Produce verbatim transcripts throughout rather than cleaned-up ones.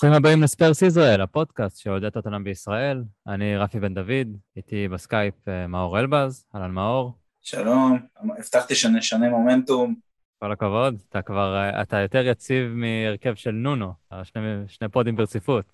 ברוכים הבאים לספרס ישראל, הפודקאסט שעודד אותנו בישראל. אני רפי בן דוד, איתי בסקייפ מאור אלבז. אהלן מאור. שלום, הבטחתי שנשנה מומנטום. כל הכבוד, אתה כבר, אתה יותר יציב מהרכב של נונו, שני, שני פודים ברציפות.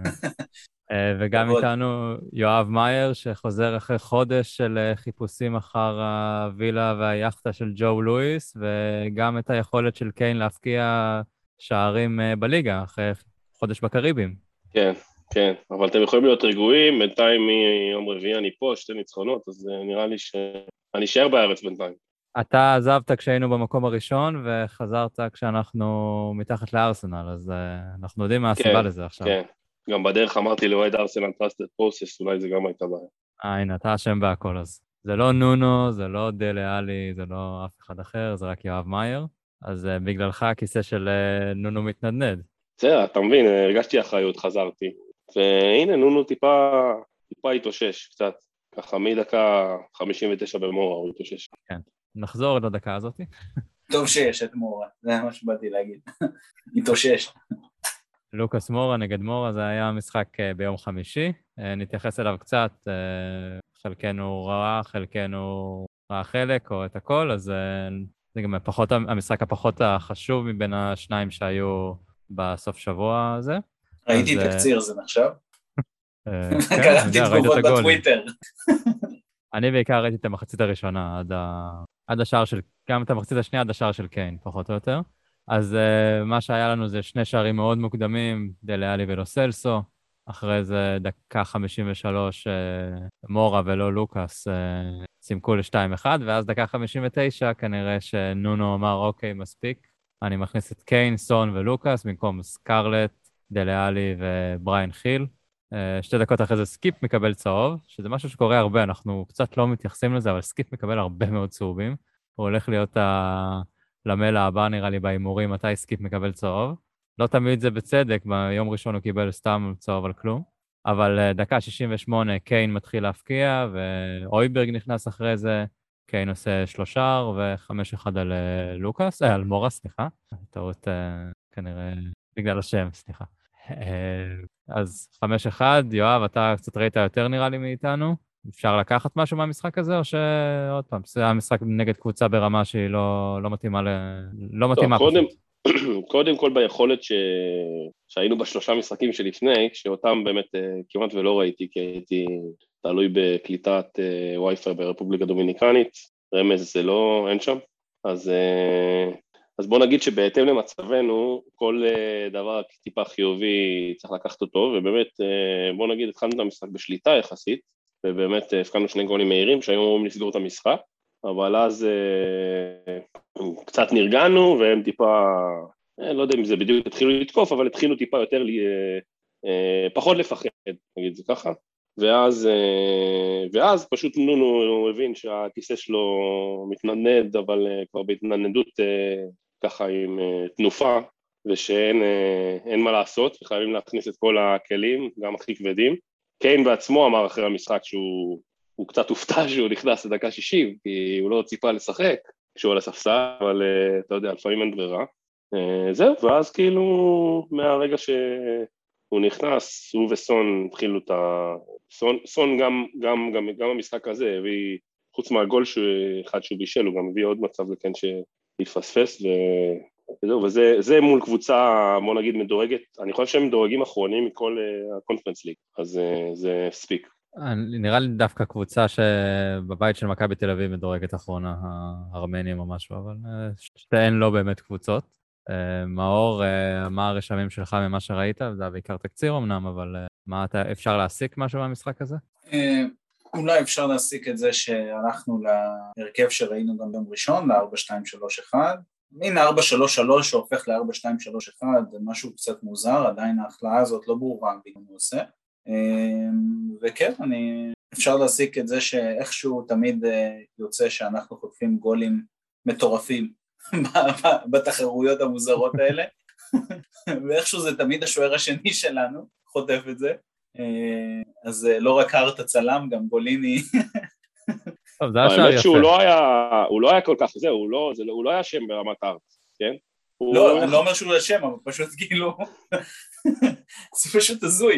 וגם כבוד. איתנו יואב מאייר, שחוזר אחרי חודש של חיפושים אחר הווילה והיאכטה של ג'ו לואיס, וגם את היכולת של קיין להפקיע שערים בליגה אחרי חודש בקריבים. כן, כן, אבל אתם יכולים להיות רגועים, בינתיים מיום רביעי אני פה, שתי ניצחונות, אז נראה לי שאני אשאר בארץ בינתיים. אתה עזבת כשהיינו במקום הראשון, וחזרת כשאנחנו מתחת לארסנל, אז אנחנו יודעים מה הסיבה כן, לזה עכשיו. כן, גם בדרך אמרתי לאוהד ארסנל טרסטד פרוסס, אולי זה גם הייתה בעיה. אה, הנה, אתה אשם בהכל אז. זה לא נונו, זה לא דלה עלי, זה לא אף אחד אחר, זה רק יואב מאייר, אז בגללך הכיסא של נונו מתנדנד. בסדר, אתה מבין, הרגשתי אחריות, חזרתי, והנה נונו טיפה, טיפה התאושש קצת, ככה מדקה חמישים ותשע במורה הוא התאושש. כן, נחזור לדקה הזאת. טוב שיש את מורה, זה מה שבאתי להגיד, התאושש. לוקאס מורה נגד מורה, זה היה משחק ביום חמישי, נתייחס אליו קצת, חלקנו רעה, חלקנו רעה חלק או את הכל, אז זה גם פחות, המשחק הפחות החשוב מבין השניים שהיו בסוף שבוע הזה. ראיתי תקציר, זה נחשב? כן, קראתי תגובות בטוויטר. אני בעיקר ראיתי את המחצית הראשונה, עד השער של, גם את המחצית השנייה עד השער של קיין, פחות או יותר. אז uh, מה שהיה לנו זה שני שערים מאוד מוקדמים, דלה עלי ולא סלסו, אחרי זה דקה חמישים ושלוש uh, מורה ולא לוקאס uh, סימקו ל-שתיים אחד, ואז דקה חמישים ותשע כנראה שנונו אמר אוקיי מספיק, אני מכניס את קיין, סון ולוקאס במקום סקרלט, דלה עלי ובריין חיל. Uh, שתי דקות אחרי זה סקיפ מקבל צהוב, שזה משהו שקורה הרבה, אנחנו קצת לא מתייחסים לזה, אבל סקיפ מקבל הרבה מאוד צהובים, הוא הולך להיות ה... למלה הבא נראה לי באימורים, מתי סקיפ מקבל צהוב. לא תמיד זה בצדק, ביום ראשון הוא קיבל סתם צהוב על כלום. אבל דקה שישים ושמונה קיין מתחיל להפקיע, ואויברג נכנס אחרי זה, קיין עושה שלושה, וחמש אחד על לוקאס, אה, על מורה, סליחה. טעות כנראה בגלל השם, סליחה. אז חמש אחד, יואב, אתה קצת ראית יותר נראה לי מאיתנו. אפשר לקחת משהו מהמשחק הזה, או שעוד פעם, זה היה משחק נגד קבוצה ברמה שהיא לא, לא מתאימה, ל... לא מתאימה טוב, קודם, פשוט. קודם כל ביכולת ש... שהיינו בשלושה משחקים שלפני, שאותם באמת כמעט ולא ראיתי, כי הייתי תלוי בקליטת וי-פיי ברפובליקה דומיניקנית, רמז זה לא, אין שם, אז, אז בוא נגיד שבהתאם למצבנו, כל דבר טיפה חיובי צריך לקחת אותו, ובאמת בוא נגיד התחלנו את המשחק בשליטה יחסית, ובאמת הפקענו שני גולים מהירים שהיו אמורים לסגור את המשחק, אבל אז אה, קצת נרגענו, והם טיפה, אה, לא יודע אם זה בדיוק התחילו לתקוף, אבל התחילו טיפה יותר, אה, אה, פחות לפחד, נגיד זה ככה, ואז, אה, ואז פשוט נונו הוא הבין שהכיסא שלו מתנדנד, אבל אה, כבר בהתנדנדות אה, ככה עם אה, תנופה, ושאין אה, אין מה לעשות, וחייבים להכניס את כל הכלים, גם הכי כבדים, קיין בעצמו אמר אחרי המשחק שהוא קצת הופתע שהוא נכנס לדקה שישים, כי הוא לא ציפה לשחק כשהוא על הספסל, אבל אתה יודע, לפעמים אין ברירה. זהו, ואז כאילו מהרגע שהוא נכנס, הוא וסון התחילו את ה... סון, סון גם, גם, גם, גם המשחק הזה הביא, חוץ מהגול אחד שהוא בישל, הוא גם הביא עוד מצב לכן שהתפספס, ו... וזהו, וזה זה מול קבוצה, בוא נגיד, מדורגת, אני חושב שהם מדורגים אחרונים מכל הקונפרנס ליג, אז זה ספיק. נראה לי דווקא קבוצה שבבית של מכבי תל אביב מדורגת אחרונה, הארמנים או משהו, אבל שתיהן לא באמת קבוצות. מאור, מה הרשמים שלך ממה שראית? זה בעיקר תקציר אמנם, אבל מה אתה, אפשר להסיק משהו מהמשחק הזה? אולי אפשר להסיק את זה שהלכנו להרכב שראינו גם ביום ראשון, ל-ארבע שתיים שלוש אחת, הנה ארבע שלוש שלוש שהופך ל-ארבע שתיים שלוש אחת, זה משהו קצת מוזר, עדיין ההחלאה הזאת לא ברורה בגלל הוא עושה, וכן, אני, אפשר להסיק את זה שאיכשהו תמיד יוצא שאנחנו חוטפים גולים מטורפים בתחרויות המוזרות האלה, ואיכשהו זה תמיד השוער השני שלנו חוטף את זה, אז לא רק הארט הצלם, גם גוליני. טוב, זה השער יפה. שהוא לא היה, הוא לא היה כל כך, זהו, הוא לא, הוא לא היה שם ברמת הארט, כן? לא, אני לא אומר שהוא לשם, אבל פשוט כאילו, זה פשוט הזוי.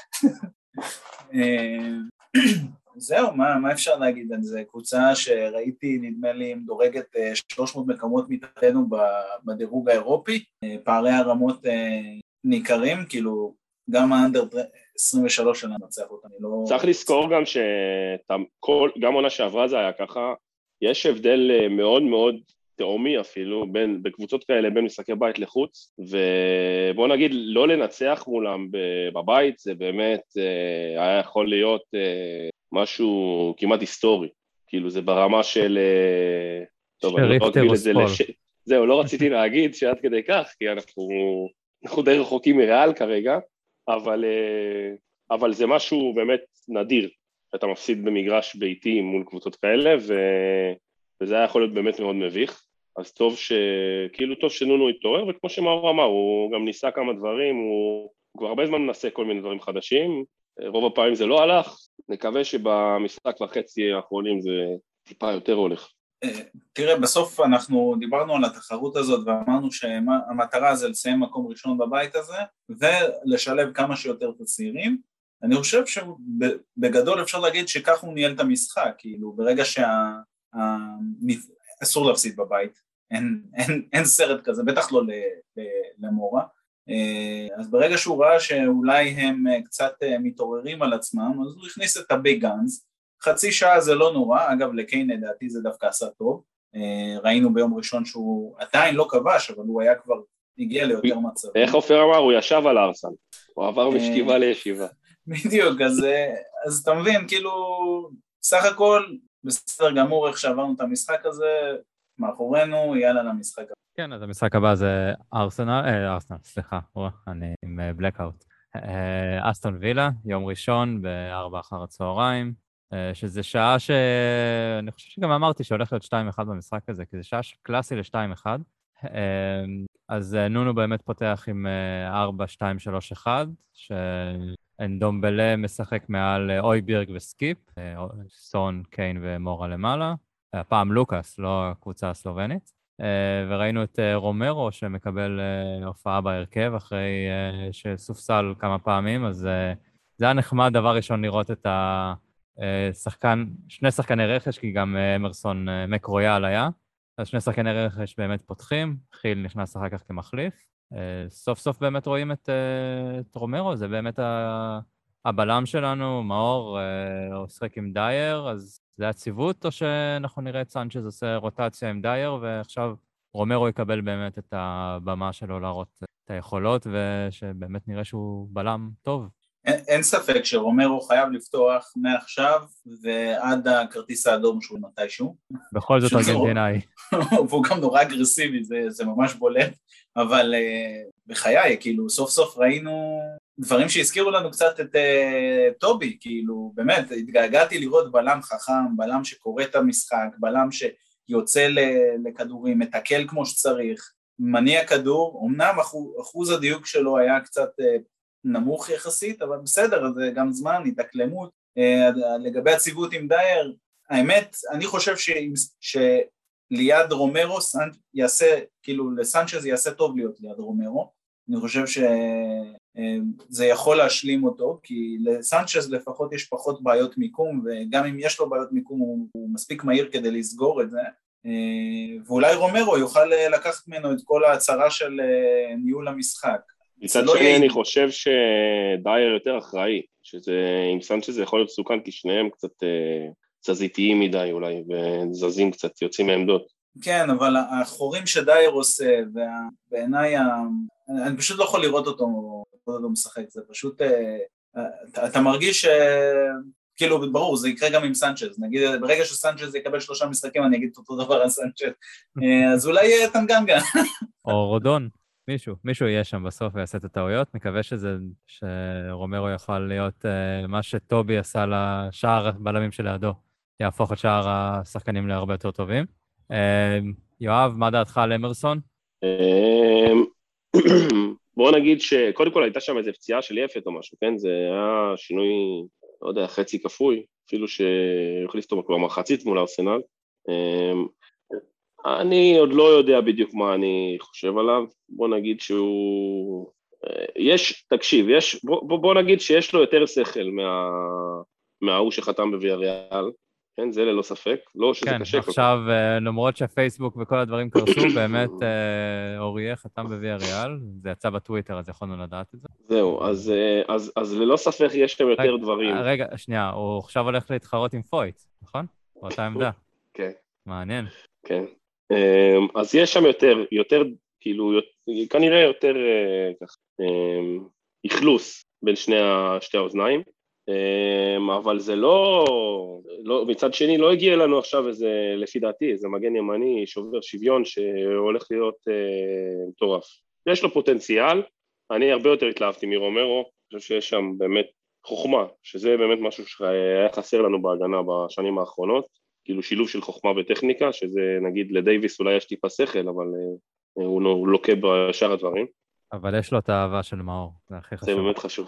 זהו, מה, מה אפשר להגיד על זה? קבוצה שראיתי, נדמה לי, מדורגת שלוש מאות מקומות מתחתנו בדירוג האירופי, פערי הרמות ניכרים, כאילו, גם האנדר עשרים ושלוש שנה נצח אותה, אני לא... צריך לזכור גם שגם עונה שעברה זה היה ככה, יש הבדל מאוד מאוד תאומי אפילו, בין, בקבוצות כאלה, בין משחקי בית לחוץ, ובוא נגיד, לא לנצח מולם בבית, זה באמת היה יכול להיות משהו כמעט היסטורי, כאילו זה ברמה של... טוב, אני לא אגביל את זה לש... זהו, לא רציתי להגיד שעד כדי כך, כי אנחנו, אנחנו די רחוקים מריאל כרגע, אבל, אבל זה משהו באמת נדיר, שאתה מפסיד במגרש ביתי מול קבוצות כאלה, ו... וזה היה יכול להיות באמת מאוד מביך, אז טוב ש... כאילו טוב שנונו התעורר, וכמו שמאור אמר, הוא גם ניסה כמה דברים, הוא כבר הרבה זמן מנסה כל מיני דברים חדשים, רוב הפעמים זה לא הלך, נקווה שבמשחק וחצי האחרונים זה טיפה יותר הולך. תראה, בסוף אנחנו דיברנו על התחרות הזאת, ואמרנו שהמטרה זה לסיים מקום ראשון בבית הזה, ולשלב כמה שיותר את הצעירים, אני חושב שבגדול אפשר להגיד שכך הוא ניהל את המשחק, כאילו ברגע שה... אסור להפסיד בבית, אין, אין, אין סרט כזה, בטח לא למורה, אז ברגע שהוא ראה שאולי הם קצת מתעוררים על עצמם, אז הוא הכניס את הביג גאנס, חצי שעה זה לא נורא, אגב לקיין לדעתי זה דווקא עשה טוב, ראינו ביום ראשון שהוא עדיין לא כבש, אבל הוא היה כבר הגיע ליותר מצב. איך אופר אמר? הוא ישב על הארסן, הוא עבר משכיבה לישיבה. בדיוק, אז, אז אתה מבין, כאילו, סך הכל, בסדר גמור איך שעברנו את המשחק הזה, מאחורינו, יאללה למשחק הבא. כן, אז המשחק הבא זה ארסנל, אה, ארסנל, סליחה, אני עם בלקאוט. אסטון וילה, יום ראשון, בארבע אחר הצהריים, שזה שעה שאני חושב שגם אמרתי שהולך להיות שתיים אחד במשחק הזה, כי זה שעה קלאסי ל-שתיים אחד. אז נונו באמת פותח עם ארבע שתיים שלוש אחת, שאנדומבלה משחק מעל אויבירג וסקיפ, סון, קיין ומורה למעלה, הפעם לוקאס, לא הקבוצה הסלובנית, וראינו את רומרו שמקבל הופעה בהרכב אחרי שסופסל כמה פעמים, אז זה היה נחמד דבר ראשון לראות את השחקן, שני שחקני רכש, כי גם אמרסון מקרויאל היה, אז שני שחקני רכש באמת פותחים, חיל נכנס אחר כך כמחליף, סוף סוף באמת רואים את, את רומרו, זה באמת הבלם שלנו, מאור, הוא שחק עם דייר, אז זה הציוות, או שאנחנו נראה את סנצ'ז עושה רוטציה עם דייר, ועכשיו רומרו יקבל באמת את הבמה שלו להראות את היכולות, ושבאמת נראה שהוא בלם טוב. אין, אין ספק שרומרו חייב לפתוח מעכשיו ועד הכרטיס האדום שהוא מתישהו. בכל זאת ארגנטינאי. והוא גם נורא אגרסיבי, זה, זה ממש בולט, אבל uh, בחיי, כאילו סוף סוף ראינו דברים שהזכירו לנו קצת את uh, טובי, כאילו באמת התגעגעתי לראות בלם חכם, בלם שקורא את המשחק, בלם שיוצא לכדורים, מתקל כמו שצריך, מניע כדור, אמנם אחוז, אחוז הדיוק שלו היה קצת uh, נמוך יחסית, אבל בסדר, זה גם זמן, התאקלמות. לגבי הציוות עם דייר, האמת, אני חושב ש... שליד רומרו יעשה, כאילו לסנצ'ז יעשה טוב להיות ליד רומרו, אני חושב שזה יכול להשלים אותו, כי לסנצ'ז לפחות יש פחות בעיות מיקום, וגם אם יש לו בעיות מיקום הוא, הוא מספיק מהיר כדי לסגור את זה, ואולי רומרו יוכל לקחת ממנו את כל ההצהרה של ניהול המשחק. מצד שני אני חושב שדייר יותר אחראי, שזה עם סנצ'ז זה יכול להיות סוכן, כי שניהם קצת תזזיתיים מדי אולי, וזזים קצת, יוצאים מעמדות. כן, אבל החורים שדייר עושה, ובעיניי, אני פשוט לא יכול לראות אותו, אותו משחק, זה פשוט, אתה מרגיש, כאילו ברור, זה יקרה גם עם סנצ'ז, נגיד, ברגע שסנצ'ז יקבל שלושה משחקים, אני אגיד אותו דבר על סנצ'ז, אז אולי יהיה טנגנגה. או רודון. מישהו, מישהו יהיה שם בסוף ויעשה את הטעויות, מקווה שזה, שרומרו יוכל להיות uh, מה שטובי עשה לשער בלמים שלידו, יהפוך את שער השחקנים להרבה יותר טובים. Uh, יואב, מה דעתך על אמרסון? בוא נגיד שקודם כל הייתה שם איזו פציעה של יפת או משהו, כן? זה היה שינוי, לא יודע, חצי כפוי, אפילו שהחליף אותו כבר מחצית מול הארסנל. אני עוד לא יודע בדיוק מה אני חושב עליו, בוא נגיד שהוא, יש, תקשיב, יש, בוא, בוא, בוא נגיד שיש לו יותר שכל מה, מההוא שחתם בוויאריאל, כן, זה ללא ספק, לא שזה כן, קשה. עכשיו, למרות שהפייסבוק וכל הדברים קרסו, באמת אוריה חתם בוויאריאל, זה יצא בטוויטר, אז יכולנו לדעת את זה. זהו, אז, אז, אז ללא ספק יש שם יותר רגע, דברים. רגע, שנייה, הוא עכשיו הולך להתחרות עם פויט, נכון? באותה עמדה. כן. מעניין. כן. אז יש שם יותר, יותר, כאילו, כנראה יותר כך, איכלוס בין שני, שתי האוזניים, אבל זה לא, לא, מצד שני לא הגיע לנו עכשיו איזה, לפי דעתי, איזה מגן ימני שובר שוויון שהולך להיות אה, מטורף. יש לו פוטנציאל, אני הרבה יותר התלהבתי מרומרו, אני חושב שיש שם באמת חוכמה, שזה באמת משהו שהיה חסר לנו בהגנה בשנים האחרונות, כאילו שילוב של חוכמה וטכניקה, שזה נגיד לדייביס אולי יש טיפה שכל, אבל אה, הוא, הוא לוקה בשאר הדברים. אבל יש לו את האהבה של מאור, זה הכי חשוב. זה באמת חשוב.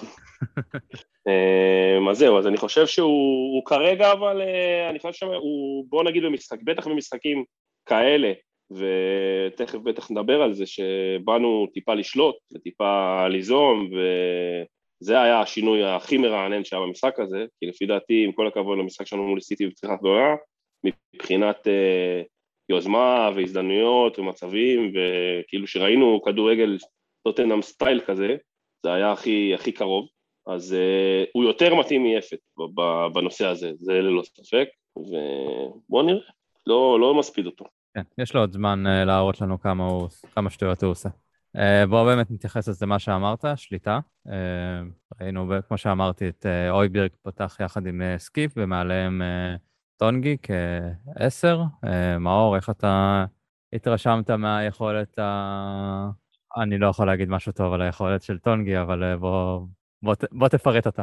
אז זהו, אז אני חושב שהוא כרגע, אבל אני חושב שהוא, בוא נגיד במשחק, בטח במשחקים כאלה, ותכף בטח נדבר על זה, שבאנו טיפה לשלוט, וטיפה ליזום, וזה היה השינוי הכי מרענן שהיה במשחק הזה, כי לפי דעתי, עם כל הכבוד למשחק שלנו מול סיטי בפתיחה גדולה, מבחינת יוזמה והזדמנויות ומצבים, וכאילו שראינו כדורגל טוטנהאם סטייל כזה, זה היה הכי, הכי קרוב, אז uh, הוא יותר מתאים מיפת בנושא הזה, זה ללא ספק, ובוא נראה, לא, לא מספיד אותו. כן, יש לו עוד זמן uh, להראות לנו כמה, הוא, כמה שטויות הוא עושה. Uh, בואו באמת נתייחס לזה מה שאמרת, שליטה. Uh, ראינו, כמו שאמרתי, את uh, אויברג פתח יחד עם uh, סקיפ, ומעליהם uh, טונגי כעשר. Uh, מאור, איך אתה התרשמת מהיכולת ה... אני לא יכול להגיד משהו טוב על היכולת של טונגי, אבל בוא, בוא, בוא תפרט אותה.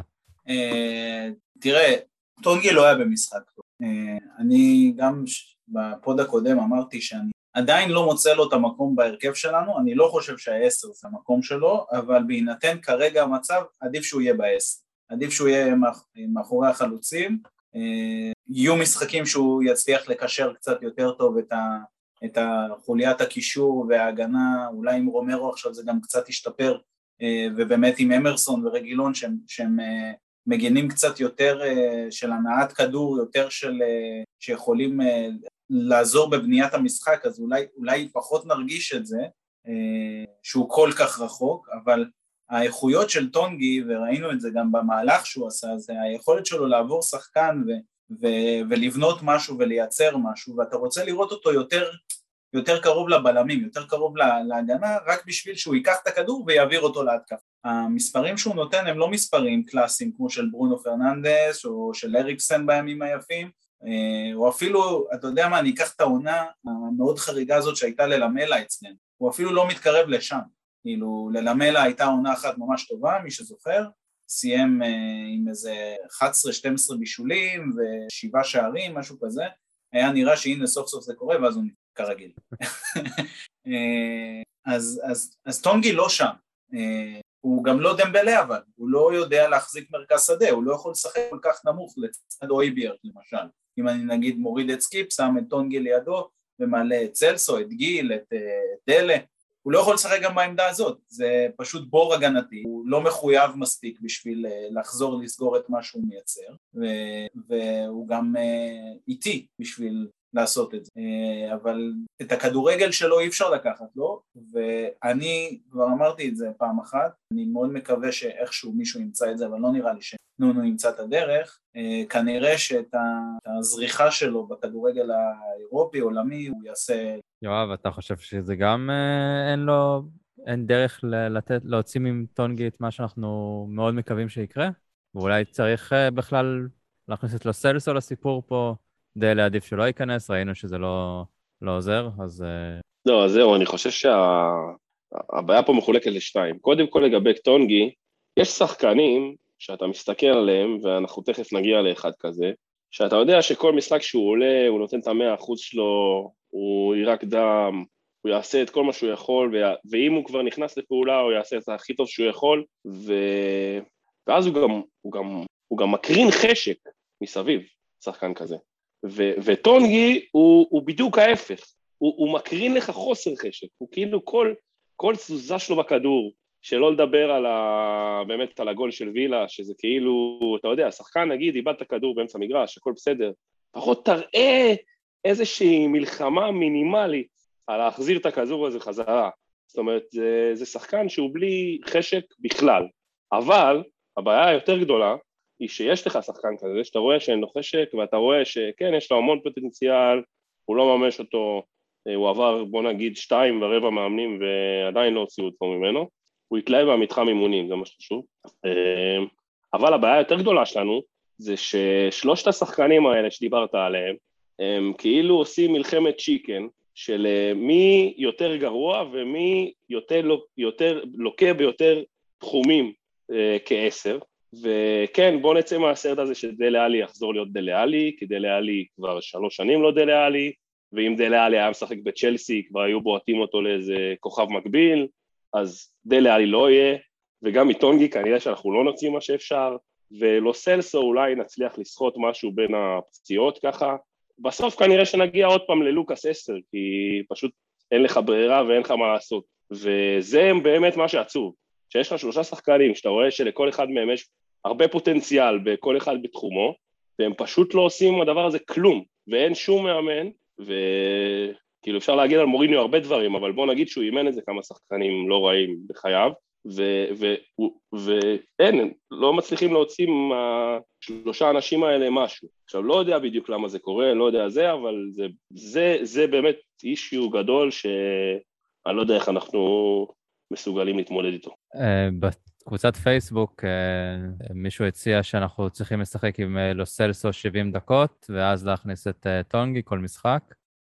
תראה, טונגי לא היה במשחק טוב. אני גם בפוד הקודם אמרתי שאני עדיין לא מוצא לו את המקום בהרכב שלנו, אני לא חושב שהעשר זה המקום שלו, אבל בהינתן כרגע המצב, עדיף שהוא יהיה בעשר. עדיף שהוא יהיה מאחורי החלוצים, יהיו משחקים שהוא יצליח לקשר קצת יותר טוב את ה... את החוליית הקישור וההגנה, אולי עם רומרו עכשיו זה גם קצת ישתפר, ובאמת עם אמרסון ורגילון שהם, שהם מגנים קצת יותר של הנעת כדור, יותר של, שיכולים לעזור בבניית המשחק, אז אולי, אולי פחות נרגיש את זה, שהוא כל כך רחוק, אבל האיכויות של טונגי, וראינו את זה גם במהלך שהוא עשה, זה היכולת שלו לעבור שחקן ו... ו- ולבנות משהו ולייצר משהו, ואתה רוצה לראות אותו יותר, יותר קרוב לבלמים, יותר קרוב להגנה, רק בשביל שהוא ייקח את הכדור ויעביר אותו להתקפה. המספרים שהוא נותן הם לא מספרים קלאסיים, כמו של ברונו פרננדס, או של אריקסן בימים היפים, או אפילו, אתה יודע מה, אני אקח את העונה המאוד חריגה הזאת שהייתה ללמלה אצלנו, הוא אפילו לא מתקרב לשם, כאילו ללמלה הייתה עונה אחת ממש טובה, מי שזוכר, סיים עם איזה אחת עשרה שתים עשרה בישולים ושבעה שערים, משהו כזה, היה נראה שהנה סוף סוף זה קורה, ואז הוא נתקע רגיל. אז, אז, אז טונגי לא שם, הוא גם לא דמבלה, אבל הוא לא יודע להחזיק מרכז שדה, הוא לא יכול לשחק כל כך נמוך לצד אויביארט למשל, אם אני נגיד מוריד את סקיפ, שם את טונגי לידו, ומעלה את צלסו, את גיל, את, את דלה, הוא לא יכול לשחק גם בעמדה הזאת, זה פשוט בור הגנתי, הוא לא מחויב מספיק בשביל לחזור לסגור את מה שהוא מייצר, והוא גם איטי בשביל לעשות את זה, אבל את הכדורגל שלו אי אפשר לקחת לו, ואני כבר אמרתי את זה פעם אחת, אני מאוד מקווה שאיכשהו מישהו ימצא את זה, אבל לא נראה לי שנונו ימצא את הדרך, כנראה שאת הזריחה שלו בכדורגל האירופי, עולמי, הוא יעשה... יואב, אתה חושב שזה גם אין לו, אין דרך לתת, להוציא מטונגי את מה שאנחנו מאוד מקווים שיקרה? ואולי צריך בכלל להכניס את לוסלסו לסיפור פה, די לעדיף שלא ייכנס, ראינו שזה לא, לא עוזר, אז... לא, אז זהו, אני חושב שהבעיה פה מחולקת לשתיים. קודם כל לגבי טונגי, יש שחקנים שאתה מסתכל עליהם, ואנחנו תכף נגיע לאחד כזה, שאתה יודע שכל משחק שהוא עולה, הוא נותן את המאה אחוז שלו, הוא יירק דם, הוא יעשה את כל מה שהוא יכול, ואם הוא כבר נכנס לפעולה, הוא יעשה את הכי טוב שהוא יכול, ו... ואז הוא גם, הוא גם, הוא גם מקרין חשק מסביב, שחקן כזה. ו... וטונגי הוא, הוא בדיוק ההפך, הוא, הוא מקרין לך חוסר חשק, הוא כאילו כל, כל תזוזה שלו בכדור, שלא לדבר על ה... באמת על הגול של וילה, שזה כאילו, אתה יודע, השחקן נגיד, איבד את הכדור באמצע מגרש, הכל בסדר, פחות תראה איזושהי מלחמה מינימלית על להחזיר את הכדור הזה חזרה. זאת אומרת, זה, זה שחקן שהוא בלי חשק בכלל. אבל הבעיה היותר גדולה היא שיש לך שחקן כזה, שאתה רואה שאין לו חשק, ואתה רואה שכן, יש לו המון פוטנציאל, הוא לא ממש אותו, הוא עבר, בוא נגיד, שתיים ורבע מאמנים, ועדיין לא הוציאו אותו ממנו, הוא יתלהב מהמתחם אימונים, זה מה שחשוב. אבל הבעיה היותר גדולה שלנו, זה ששלושת השחקנים האלה שדיברת עליהם, הם כאילו עושים מלחמת צ'יקן, של מי יותר גרוע ומי יותר, יותר לוקה ביותר תחומים אה, כעשר, וכן, בוא נצא מהסרט הזה שדלה אלי יחזור להיות דלה אלי, כי דלה אלי כבר שלוש שנים לא דלה אלי, ואם דלה אלי היה משחק בצ'לסי, כבר היו בועטים אותו לאיזה כוכב מקביל, אז דלה אלי לא יהיה, וגם מטונגי כנראה שאנחנו לא נוצאים מה שאפשר, ולו סלסו אולי נצליח לשחות משהו בין הפציעות ככה, בסוף כנראה שנגיע עוד פעם ללוקאס עשר, כי פשוט אין לך ברירה ואין לך מה לעשות, וזה באמת מה שעצוב, שיש לך שלושה שחקנים, שאתה רואה שלכל אחד מהם יש הרבה פוטנציאל בכל אחד בתחומו, והם פשוט לא עושים הדבר הזה כלום, ואין שום מאמן, וכאילו אפשר להגיד על מוריניו הרבה דברים, אבל בוא נגיד שהוא אימן את זה כמה שחקנים לא רעים בחייו, ואין, לא מצליחים להוציא מהשלושה אנשים האלה משהו. עכשיו, לא יודע בדיוק למה זה קורה, לא יודע זה, אבל זה, זה, זה באמת אישיו גדול שאני לא יודע איך אנחנו מסוגלים להתמודד איתו. בקבוצת פייסבוק מישהו הציע שאנחנו צריכים לשחק עם לו סלסו שבעים דקות, ואז להכניס את טונגי כל משחק.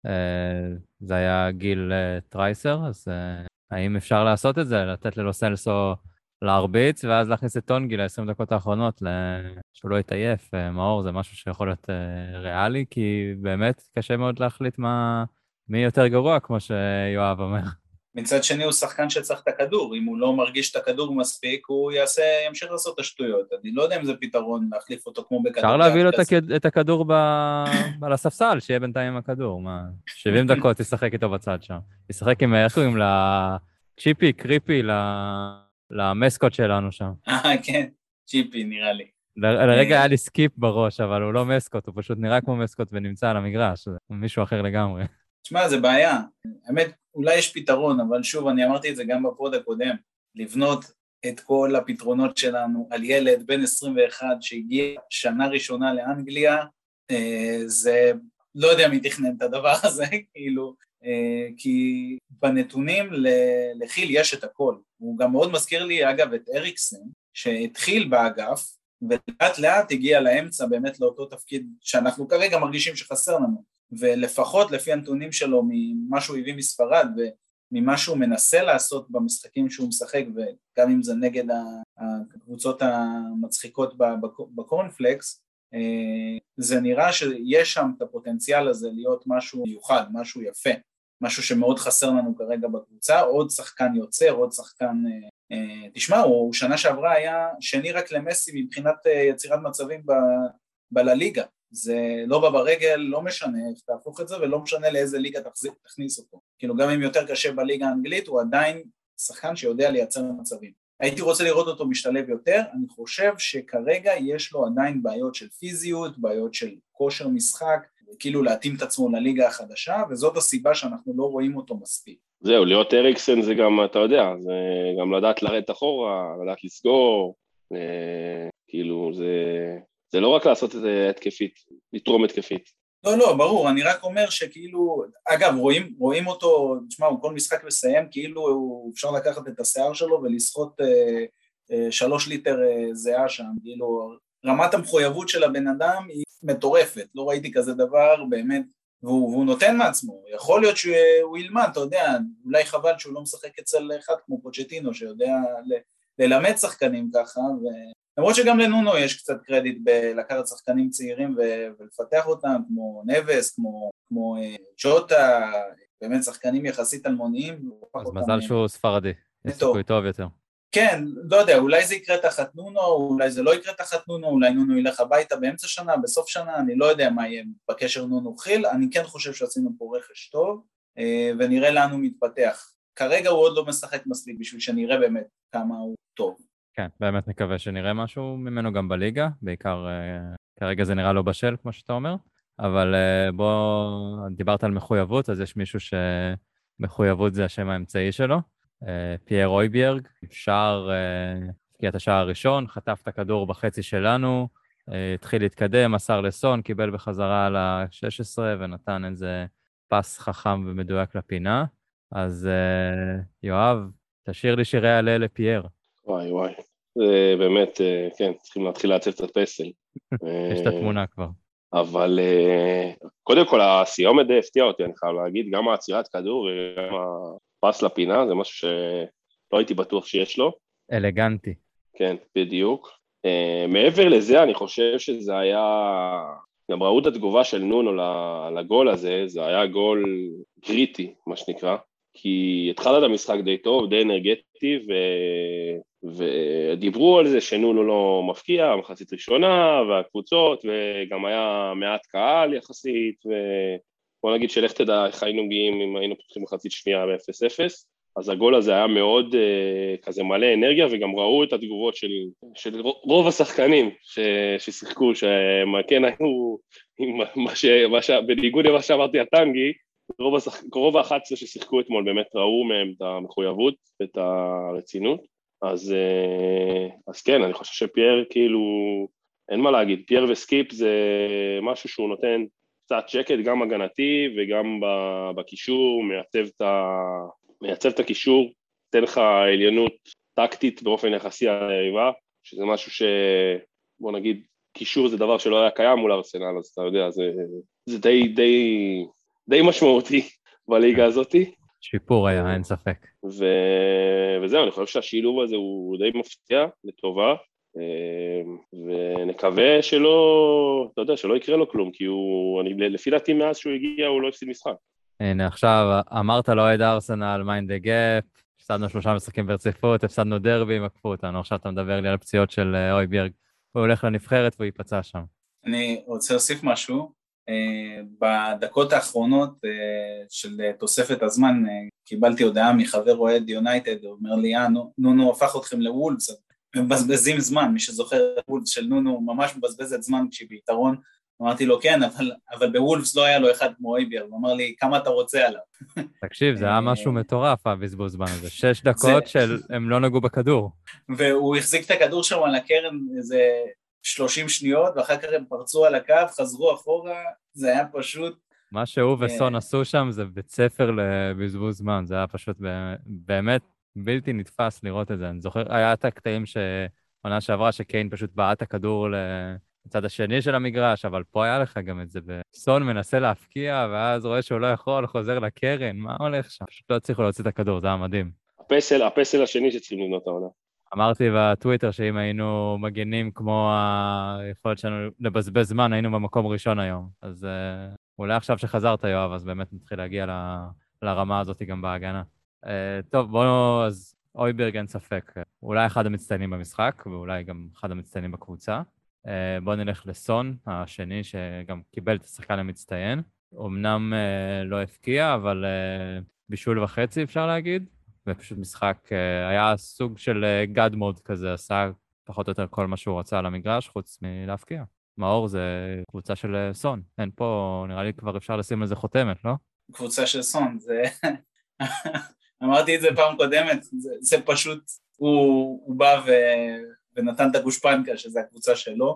זה היה גיל טרייסר, אז האם אפשר לעשות את זה? לתת ללו סלסו להרביץ, ואז להכניס את טונגי ל-עשרים דקות האחרונות, שהוא לא יתעייף. מאור, זה משהו שיכול להיות ריאלי, כי באמת קשה מאוד להחליט מה... מי יותר גרוע, כמו שיואב אומר. מצד שני הוא שחקן שצריך את הכדור, אם הוא לא מרגיש את הכדור מספיק, הוא יעשה, ימשיך לעשות את השטויות. אני לא יודע אם זה פתרון להחליף אותו כמו בכדור. אפשר להביא לו את הכדור על הספסל, שיהיה בינתיים עם הכדור. שבעים דקות ישחק איתו בצד שם. ישחק עם, איך קוראים, צ'יפי, קריפי, למסקוט שלנו שם. אה, כן, צ'יפי נראה לי. לרגע היה לי סקיפ בראש, אבל הוא לא מסקוט, הוא פשוט נראה כמו מסקוט ונמצא על המגרש. הוא מישהו אחר לגמרי. תשמע, זה בעיה. האמת, אולי יש פתרון, אבל שוב, אני אמרתי את זה גם בפוד הקודם, לבנות את כל הפתרונות שלנו על ילד בן עשרים ואחת שהגיע שנה ראשונה לאנגליה, זה לא יודע מי תכנן את הדבר הזה, כאילו, כי בנתונים לחיל יש את הכל. הוא גם מאוד מזכיר לי, אגב, את אריקסן, שהתחיל באגף, ולאט לאט הגיע לאמצע באמת לאותו תפקיד שאנחנו כרגע מרגישים שחסר לנו. ולפחות לפי הנתונים שלו ממה שהוא הביא מספרד וממה שהוא מנסה לעשות במשחקים שהוא משחק, וגם אם זה נגד הקבוצות המצחיקות בקורנפלקס, זה נראה שיש שם את הפוטנציאל הזה להיות משהו מיוחד, משהו יפה, משהו שמאוד חסר לנו כרגע בקבוצה, עוד שחקן יוצר, עוד שחקן, תשמע, הוא שנה שעברה היה שני רק למסי מבחינת יצירת מצבים בלליגה, זה לא בא ברגל, לא משנה איך תהפוך את זה, ולא משנה לאיזה ליגה תכניס אותו. כאילו גם אם יותר קשה בליגה האנגלית, הוא עדיין שחקן שיודע לייצר מצבים. הייתי רוצה לראות אותו משתלב יותר, אני חושב שכרגע יש לו עדיין בעיות של פיזיות, בעיות של כושר משחק, כאילו להתאים את עצמו לליגה החדשה, וזאת הסיבה שאנחנו לא רואים אותו מספיק. זהו, להיות אריקסן זה גם, אתה יודע, זה גם לדעת לרדת אחורה, לדעת לסגור, כאילו זה... זה לא רק לעשות את זה התקפית, לתרום התקפית. לא, לא, ברור, אני רק אומר שכאילו, אגב, רואים, רואים אותו, תשמע, הוא כל משחק מסיים, כאילו אפשר לקחת את השיער שלו ולשחות אה, אה, שלוש ליטר אה, זהה שם, כאילו, רמת המחויבות של הבן אדם היא מטורפת, לא ראיתי כזה דבר, באמת, והוא, והוא נותן מעצמו, יכול להיות שהוא ילמד, אתה יודע, אולי חבל שהוא לא משחק אצל אחד כמו פוצ'טינו, שיודע ל, ללמד שחקנים ככה, ו... למרות שגם לנונו יש קצת קרדיט בלקחת שחקנים צעירים ולפתח אותם, כמו נבס, כמו, כמו ג'וטה, באמת שחקנים יחסית אלמוניים. אז מזל שהוא ספרדי, יש סיכוי טוב יותר. כן, לא יודע, אולי זה יקרה תחת נונו, אולי זה לא יקרה תחת נונו, אולי נונו ילך הביתה באמצע שנה, בסוף שנה, אני לא יודע מה יהיה בקשר נונו חיל, אני כן חושב שעשינו פה רכש טוב, ונראה לאן הוא מתפתח. כרגע הוא עוד לא משחק מספיק בשביל שנראה באמת כמה הוא טוב. כן, באמת מקווה שנראה משהו ממנו גם בליגה, בעיקר כרגע זה נראה לא בשל, כמו שאתה אומר, אבל בוא, דיברת על מחויבות, אז יש מישהו שמחויבות זה השם האמצעי שלו, פייר אויביארג, שער, הפקיע את השער הראשון, חטף את הכדור בחצי שלנו, התחיל להתקדם, מסר לסון, קיבל בחזרה על ה-שש עשרה ונתן איזה פס חכם ומדויק לפינה, אז יואב, תשאיר לי שירי הלל לפייר. וואי וואי, זה באמת, כן, צריכים להתחיל לעצב את הפסל. יש את התמונה כבר. אבל קודם כל, הסיומת די הפתיע אותי, אני חייב להגיד, גם העצירת כדור וגם הפס לפינה, זה משהו שלא הייתי בטוח שיש לו. אלגנטי. כן, בדיוק. מעבר לזה, אני חושב שזה היה, גם ראו את התגובה של נונו לגול הזה, זה היה גול קריטי, מה שנקרא, כי התחלת את המשחק די טוב, די אנרגטי, ו... ודיברו על זה שנונו לא מפקיע, מחצית ראשונה, והקבוצות, וגם היה מעט קהל יחסית, ובוא נגיד שלך תדע איך היינו מגיעים אם היינו פותחים מחצית שנייה ב-אפס אפס, אז הגול הזה היה מאוד uh, כזה מלא אנרגיה, וגם ראו את התגובות של, של רוב השחקנים ש, ששיחקו, שכן היו, מה ש, מה ש, בניגוד למה שאמרתי הטנגי, רוב, השח, רוב ה-אחת עשרה ששיחקו אתמול באמת ראו מהם את המחויבות, את הרצינות, אז, uh, אז כן, אני חושב שפייר כאילו, אין מה להגיד, פייר וסקיפ זה משהו שהוא נותן קצת שקט, גם הגנתי וגם בקישור, מייצב את ה... מייצב את הקישור, תן לך עליונות טקטית באופן יחסי על היריבה, שזה משהו ש... בוא נגיד, קישור זה דבר שלא היה קיים מול ארסנל, אז אתה יודע, זה, זה די, די, די משמעותי בליגה הזאת. שיפור היה, אין ספק. ו... וזהו, אני חושב שהשילוב הזה הוא די מפתיע, לטובה, ונקווה שלא, אתה יודע, שלא יקרה לו כלום, כי הוא, אני, לפי דעתי מאז שהוא הגיע, הוא לא הפסיד משחק. הנה, עכשיו אמרת לו עד ארסנל, מיינד דה גאפ, הפסדנו שלושה משחקים ברציפות, הפסדנו דרבי, עקפו אותנו, עכשיו אתה מדבר לי על הפציעות של אויביארג, הוא הולך לנבחרת והוא ייפצע שם. אני רוצה להוסיף משהו, בדקות האחרונות של תוספת הזמן, קיבלתי הודעה מחבר אוהד יונייטד, הוא אומר לי, נונו הפך אתכם לוולפס, מבזבזים זמן, מי שזוכר וולפס של נונו ממש מבזבז את זמן כשהיא ביתרון, אמרתי לו כן, אבל, אבל בוולפס לא היה לו אחד כמו אויביארג, הוא אמר לי כמה אתה רוצה עליו. תקשיב, זה היה משהו מטורף, הבזבוז זמן הזה, שש דקות של הם לא נגעו בכדור. והוא החזיק את הכדור שם על הקרן איזה שלושים שניות, ואחר כך הם פרצו על הקו, חזרו אחורה, זה היה פשוט... מה שהוא וסון עשו שם זה בית ספר לבזבוז זמן, זה היה פשוט באמת בלתי נתפס לראות את זה. אני זוכר, היה את הקטעים שעונה שעברה שקיין פשוט בעט הכדור לצד השני של המגרש, אבל פה היה לך גם את זה, סון מנסה להפקיע, ואז רואה שהוא לא יכול, חוזר לקרן, מה הולך שם? פשוט לא הצליחו להוציא את הכדור, זה היה מדהים. הפסל, הפסל השני שצריכים לבנות העונה. אמרתי בטוויטר שאם היינו מגנים כמו היכולת שלנו לבזבז זמן, היינו במקום ראשון היום. אז uh, אולי עכשיו שחזרת, יואב, אז באמת נתחיל להגיע ל, לרמה הזאת גם בהגנה. Uh, טוב, בואו, אז אויביארג אין ספק. אולי אחד המצטיינים במשחק, ואולי גם אחד המצטיינים בקבוצה. Uh, בואו נלך לסון, השני שגם קיבל את השחקן המצטיין. אמנם uh, לא הפקיע, אבל uh, בישול וחצי אפשר להגיד. ופשוט משחק, היה סוג של גאד מוד כזה, עשה פחות או יותר כל מה שהוא רצה על המגרש, חוץ מלהפקיע. מאור זה קבוצה של סון, אין פה, נראה לי כבר אפשר לשים לזה חותמת, לא? קבוצה של סון, זה... אמרתי את זה פעם קודמת, זה, זה פשוט, הוא, הוא בא ו... ונתן את הגושפנקה, שזה הקבוצה שלו.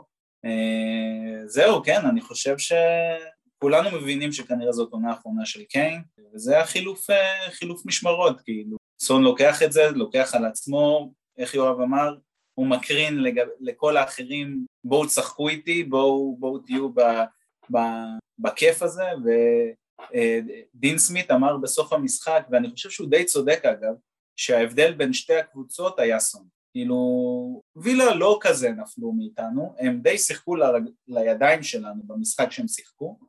זהו, כן, אני חושב שכולנו מבינים שכנראה זאת עונה האחרונה של קיין, וזה החילוף, חילוף משמרות, כאילו. סון לוקח את זה, לוקח על עצמו, איך יואב אמר, הוא מקרין לג... לכל האחרים, בואו תשחקו איתי, בואו, בואו תהיו ב... ב... בכיף הזה, ודין סמית אמר בסוף המשחק, ואני חושב שהוא די צודק אגב, שההבדל בין שתי הקבוצות היה סון. כאילו, וילה לא כזה נפלו מאיתנו, הם די שיחקו ל... לידיים שלנו במשחק שהם שיחקו,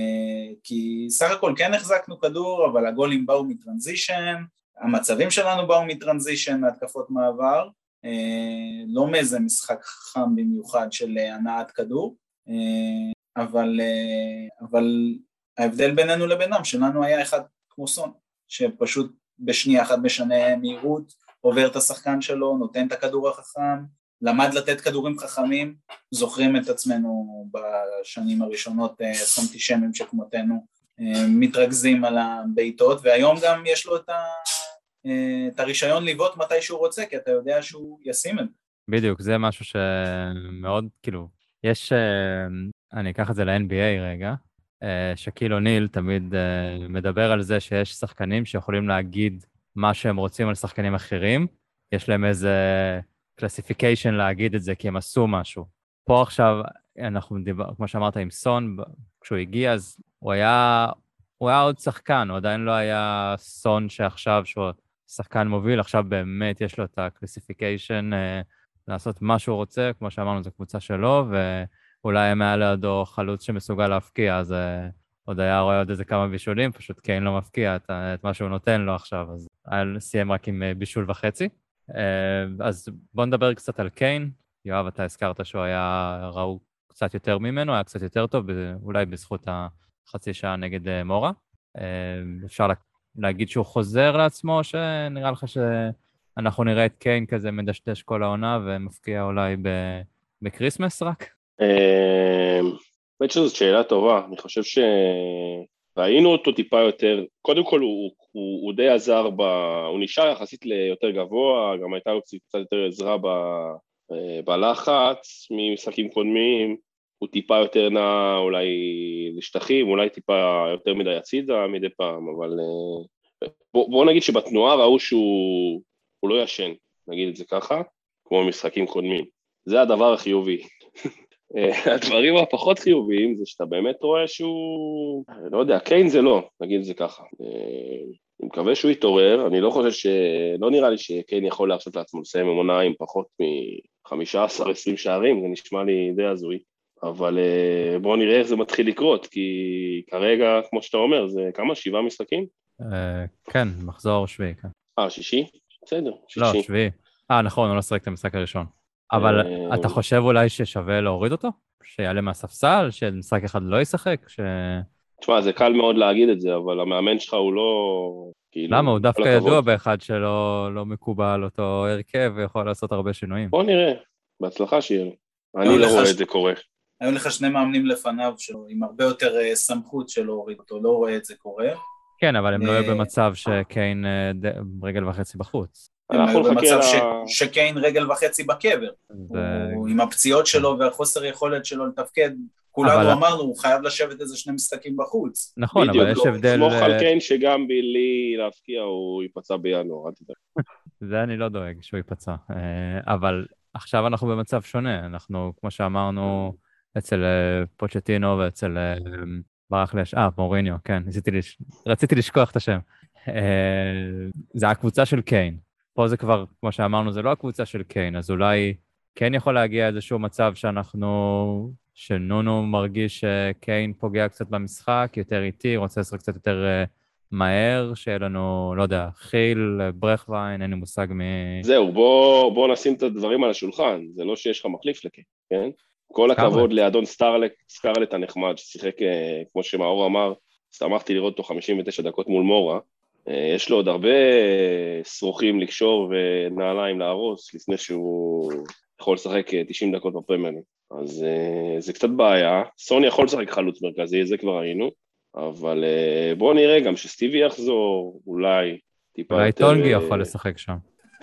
כי סך הכל כן החזקנו כדור, אבל הגולים באו מטרנזישן, המצבים שלנו באו מטרנזישן, מהתקפות מעבר, לא מאיזה משחק חכם במיוחד של הנעת כדור, אבל, אבל ההבדל בינינו לבינם, שלנו היה אחד, כמו סון, שפשוט בשנייה אחת משנה מהירות, עובר את השחקן שלו, נותן את הכדור החכם, למד לתת כדורים חכמים, זוכרים את עצמנו בשנים הראשונות, סונטישמים שכמותנו, מתרכזים על הביתות, והיום גם יש לו את, ה, את הרישיון ליוות מתי שהוא רוצה, כי אתה יודע שהוא ישים את זה. בדיוק, זה משהו שמאוד, כאילו, יש, אני אקח את זה ל-אן בי איי רגע, שקיל אוניל תמיד מדבר על זה שיש שחקנים שיכולים להגיד מה שהם רוצים על שחקנים אחרים, יש להם איזה קלסיפיקיישן להגיד את זה, כי הם עשו משהו. פה עכשיו, אנחנו דיבר, כמו שאמרת עם סון, כשהוא הגיע, אז הוא היה, הוא היה עוד שחקן, הוא עדיין לא היה סון שעכשיו, שהוא שחקן מוביל, עכשיו באמת יש לו את הקלסיפיקיישן לעשות מה שהוא רוצה, כמו שאמרנו, זו קבוצה שלו, ואולי מעל לידו חלוץ שמסוגל להפקיע, אז עוד היה רואה עוד איזה כמה בישולים, פשוט קיין לא מפקיע את, את מה שהוא נותן לו עכשיו, אז היה סיים רק עם בישול וחצי. אז בואו נדבר קצת על קיין. יואב, אתה הזכרת שהוא היה ראו קצת יותר ממנו, היה קצת יותר טוב, אולי בזכות החצי שעה נגד מורה. אפשר להגיד שהוא חוזר לעצמו, שנראה לך שאנחנו נראה את קיין כזה מדשדש כל העונה, ומפקיע אולי בקריסמס רק? באמת שזאת שאלה טובה, אני חושב שראינו אותו טיפה יותר, קודם כל הוא, הוא, הוא די עזר, ב... הוא נשאר יחסית ליותר גבוה, גם הייתה לו קצת יותר עזרה ב... בלחץ ממשחקים קודמים, הוא טיפה יותר נע אולי לשטחים, אולי טיפה יותר מדי הצידה מדי פעם, אבל בוא, בוא נגיד שבתנועה ראו שהוא לא ישן, נגיד את זה ככה, כמו משחקים קודמים. זה הדבר החיובי. הדברים הפחות חיוביים זה שאתה באמת רואה שהוא, לא יודע, קיין זה לא, נגיד את זה ככה. אני מקווה שהוא יתעורר, אני לא חושב ש... לא נראה לי שקיין יכול להרשות לעצמו לסיים עונה עם פחות מ-חמישה עשר עשרים שערים, זה נשמע לי די הזוי, אבל בואו נראה איך זה מתחיל לקרות, כי כרגע, כמו שאתה אומר, זה כמה? שבעה משחקים? כן, מחזור שביעי, כן. אה, שישי? בסדר, שישי. לא, שביעי. אה, נכון, הוא לא שחק את המשחק הראשון. אבל אתה חושב אולי ששווה להוריד אותו? שיעלה מהספסל, שמשחק אחד לא ישחק? ש... תשמע, זה קל מאוד להגיד את זה, אבל המאמן שלך הוא לא... למה? הוא דווקא ידוע באחד שלא לא מקובל אותו הרכב, ויכול לעשות הרבה שינויים. בוא נראה, בהצלחה שיהיה לו. אני לא רואה את זה קורה. היו לך שני מאמנים לפניו, עם הרבה יותר סמכות שלא הוריד אותו, לא רואה את זה קורה. כן, אבל הם לא היו במצב שקיין רגל וחצי בחוץ. הם היו במצב שקיין רגל וחצי בקבר. עם הפציעות שלו והחוסר יכולת שלו לתפקד, כולנו אמרנו, הוא חייב לשבת איזה שני משחקים בחוץ. נכון, אבל יש הבדל... סמוך על קיין שגם בלי להפקיע הוא ייפצע בינואר, אל תדאג. זה אני לא דואג שהוא ייפצע. אבל עכשיו אנחנו במצב שונה. אנחנו, כמו שאמרנו, אצל פוצ'טינו ואצל ברח לש... אה, מוריניו, כן, רציתי לשכוח את השם. זה הקבוצה של קיין. פה זה כבר, כמו שאמרנו, זה לא הקבוצה של קיין, אז אולי כן יכול להגיע איזשהו מצב שאנחנו, שנונו מרגיש שקיין פוגע קצת במשחק, יותר איטי, רוצה לשחק קצת יותר מהר, שיהיה לנו, לא יודע, חיל, ברכווין, אין לי מושג מ... זהו, בוא, בוא נשים את הדברים על השולחן, זה לא שיש לך מחליף לקיין, כן? כל הכבוד לאדון סטארלט, סקארלט הנחמד, ששיחק, כמו שמאור אמר, שמחתי לראות אותו חמישים ותשע דקות מול מורה, יש לו עוד הרבה שרוכים לקשור ונעליים להרוס, לפני שהוא יכול לשחק תשעים דקות בפרמייר ליג. אז זה קצת בעיה. סון יכול לשחק חלוץ מרכזי, זה כבר ראינו, אבל בואו נראה גם שסטיבי יחזור, אולי טיפה אולי יותר... אולי טונגי יכול לשחק שם.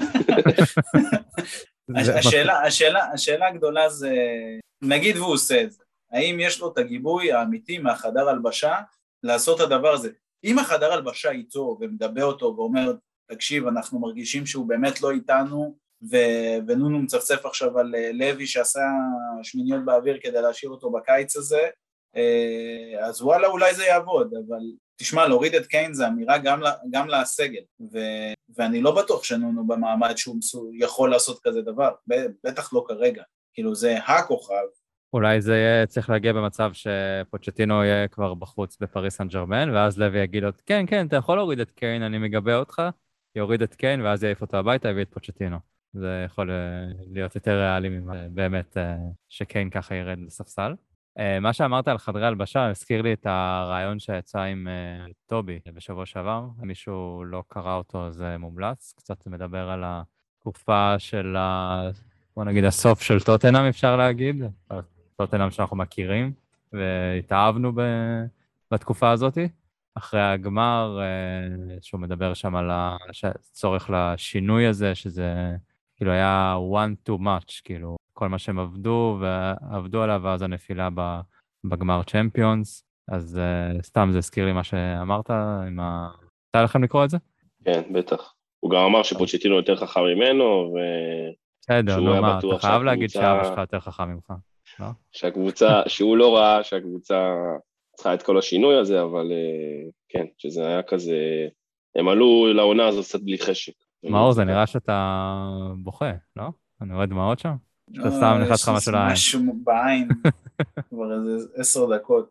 השאלה, השאלה, השאלה הגדולה זה, נגיד והוא עושה את זה, האם יש לו את הגיבוי האמיתי מהחדר הלבשה לעשות את הדבר הזה? אם החדר הלבשה איתו ומדבר אותו ואומר, תקשיב, אנחנו מרגישים שהוא באמת לא איתנו, ו- ונונו מצפצף עכשיו על לוי שעשה שמיניות באוויר כדי להשאיר אותו בקיץ הזה, אז וואלה, אולי זה יעבוד, אבל תשמע, להוריד את קיין זה אמירה גם, גם לסגל, ו- ואני לא בטוח שנונו במעמד שהוא יכול לעשות כזה דבר, בטח לא כרגע, כאילו זה הכוכב. אולי זה יהיה צריך להגיע במצב שפוצ'טינו יהיה כבר בחוץ בפריס סן ז'רמן, ואז לוי יגיד לו, כן, כן, אתה יכול להוריד את קיין, אני מגבה אותך, יוריד את קיין, ואז יעיף אותו הביתה, יביא את פוצ'טינו. זה יכול להיות יותר ריאלי באמת שקיין ככה ירד לספסל. מה שאמרת על חדרי הלבשה, הזכיר לי את הרעיון שיצא עם טובי בשבוע שעבר. מישהו לא קרא אותו, זה מומלץ. קצת מדבר על התקופה של, ה... בוא נגיד, הסוף של טוטנהאם, אפשר להגיד. טוטנהאם שאנחנו מכירים, והתאהבנו ב... בתקופה הזאת. אחרי הגמר, שהוא מדבר שם על הצורך לשינוי הזה, שזה כאילו היה one too much, כאילו. כל מה שהם עבדו ועבדו עליו, ואז הנפילה בגמר צ'מפיונס, אז uh, סתם זה הזכיר לי מה שאמרת, עם ה... אתה לכם לקרוא את זה? כן, בטח. הוא גם אמר שפוצ'טינו יותר חכם ממנו, בסדר, נו מה, אתה חייב להגיד שאבא שלך יותר חכם ממך, לא? שהקבוצה, שהוא לא ראה שהקבוצה צריכה את כל השינוי הזה, אבל כן, שזה היה כזה, הם עלו לעונה הזו קצת בלי חשק. מאור, זה נראה שאתה בוכה, לא? אני רואה דמעות שם? שאתה סתם נכנס לך משהו לעין. משהו בעין, כבר איזה עשר דקות.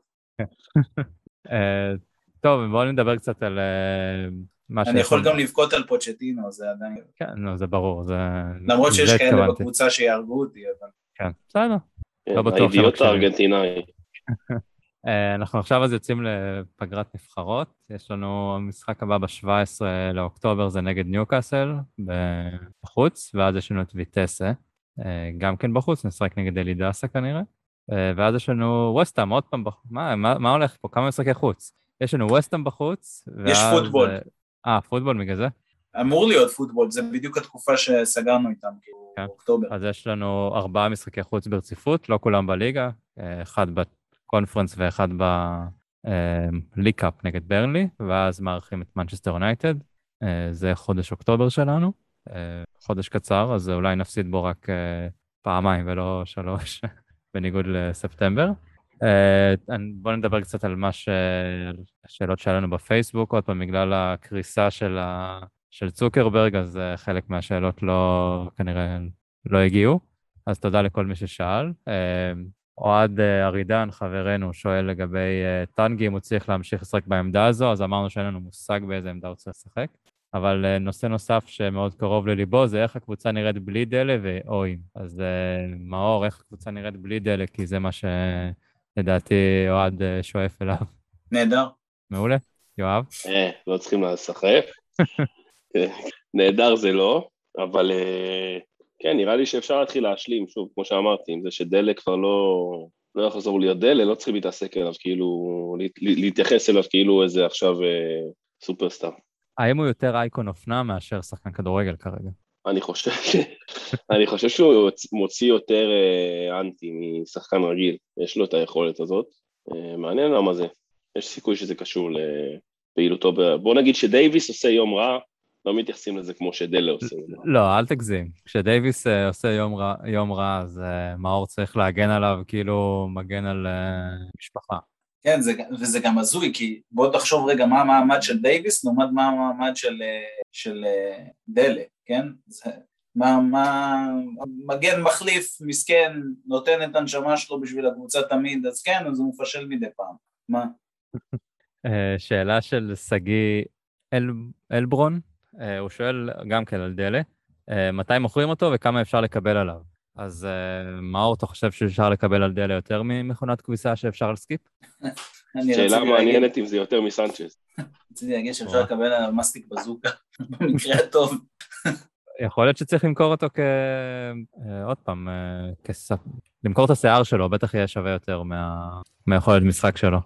טוב, בואו נדבר קצת על מה ש... אני יכול גם לבכות על פוצ'טינו, זה עדיין... כן, זה ברור, זה... למרות שיש כאלה בקבוצה שיהרגו אותי, אבל... כן, בסדר. האידיוט הארגנטינאי. אנחנו עכשיו אז יוצאים לפגרת נבחרות, יש לנו המשחק הבא ב-שבעה עשר לאוקטובר, זה נגד ניוקאסל בחוץ, ואז יש לנו את ויטסה, גם כן בחוץ, נשחק נגד אלידסה כנראה, ואז יש לנו ווסטהאם, עוד פעם בחוץ, מה, מה, מה הולך פה? כמה משחקי חוץ? יש לנו ווסטהאם בחוץ, ואז... יש פוטבול. אה, פוטבול בגלל זה? אמור להיות פוטבול, זה בדיוק התקופה שסגרנו איתם, כאילו, כן. אוקטובר. אז יש לנו ארבעה משחקי חוץ ברציפות, לא כולם בליגה, אחד בקונפרנס ואחד בליקאפ נגד ברנלי, ואז מארחים את מנצ'סטר יונייטד, זה חודש אוקטובר שלנו, חודש קצר, אז אולי נפסיד בו רק פעמיים ולא שלוש, בניגוד לספטמבר. בואו נדבר קצת על מה השאלות שלנו בפייסבוק, עוד פעם, בגלל הקריסה של, ה... של צוקרברג, אז חלק מהשאלות לא, כנראה לא הגיעו, אז תודה לכל מי ששאל. אוהד ארידן, חברנו, שואל לגבי טנגי, אם הוא צריך להמשיך לשחק בעמדה הזו, אז אמרנו שאין לנו מושג באיזה עמדה הוא צריך לשחק. אבל נושא נוסף שמאוד קרוב לליבו, זה איך הקבוצה נראית בלי דלה ואוים. אז מאור, איך הקבוצה נראית בלי דלה, כי זה מה שלדעתי אוהד שואף אליו. נהדר. מעולה, יואב? אה, לא צריכים לשחק. נהדר זה לא, אבל כן, נראה לי שאפשר להתחיל להשלים, שוב, כמו שאמרתי, עם זה שדלה כבר לא, לא יחזור להיות דלה, לא צריכים להתעסק אליו, כאילו, להתייחס אליו כאילו איזה עכשיו סופרסטאר. האם הוא יותר אייקון אופנה מאשר שחקן כדורגל כרגע? אני חושב, אני חושב שהוא מוציא יותר אנטי משחקן רגיל, יש לו את היכולת הזאת, מעניין למה זה, יש סיכוי שזה קשור לפעילותו, בוא נגיד שדייביס עושה יום רע, לא מתייחסים לזה כמו שדלה עושה. לא, אל תגזים, כשדייביס עושה יום רע, יום רע אז מאור צריך להגן עליו כאילו מגן על משפחה. כן, זה, וזה גם הזוי, כי בוא תחשוב רגע מה המעמד של דייביס, לעומת מה המעמד של, של דלה, כן? זה, מה, מה, מגן מחליף, מסכן, נותן את הנשמה שלו בשביל הקבוצה תמיד, אז כן, אז הוא מפשל מדי פעם. מה? שאלה של סגי אל, אלברון, הוא שואל גם כן על דלה, מתי מוכרים אותו וכמה אפשר לקבל עליו? אז מאור, אתה חושב שאפשר לקבל על דלה יותר ממכונת כביסה שאפשר על סקיפ? שאלה מעניינת אם זה יותר מסנצ'ז. רציתי להגיד שאפשר לקבל עליו מסטיק בזוקה, במקרה הטוב. יכול להיות שצריך למכור אותו כ... עוד פעם, למכור את השיער שלו, בטח יהיה שווה יותר מהיכולת משחק שלו.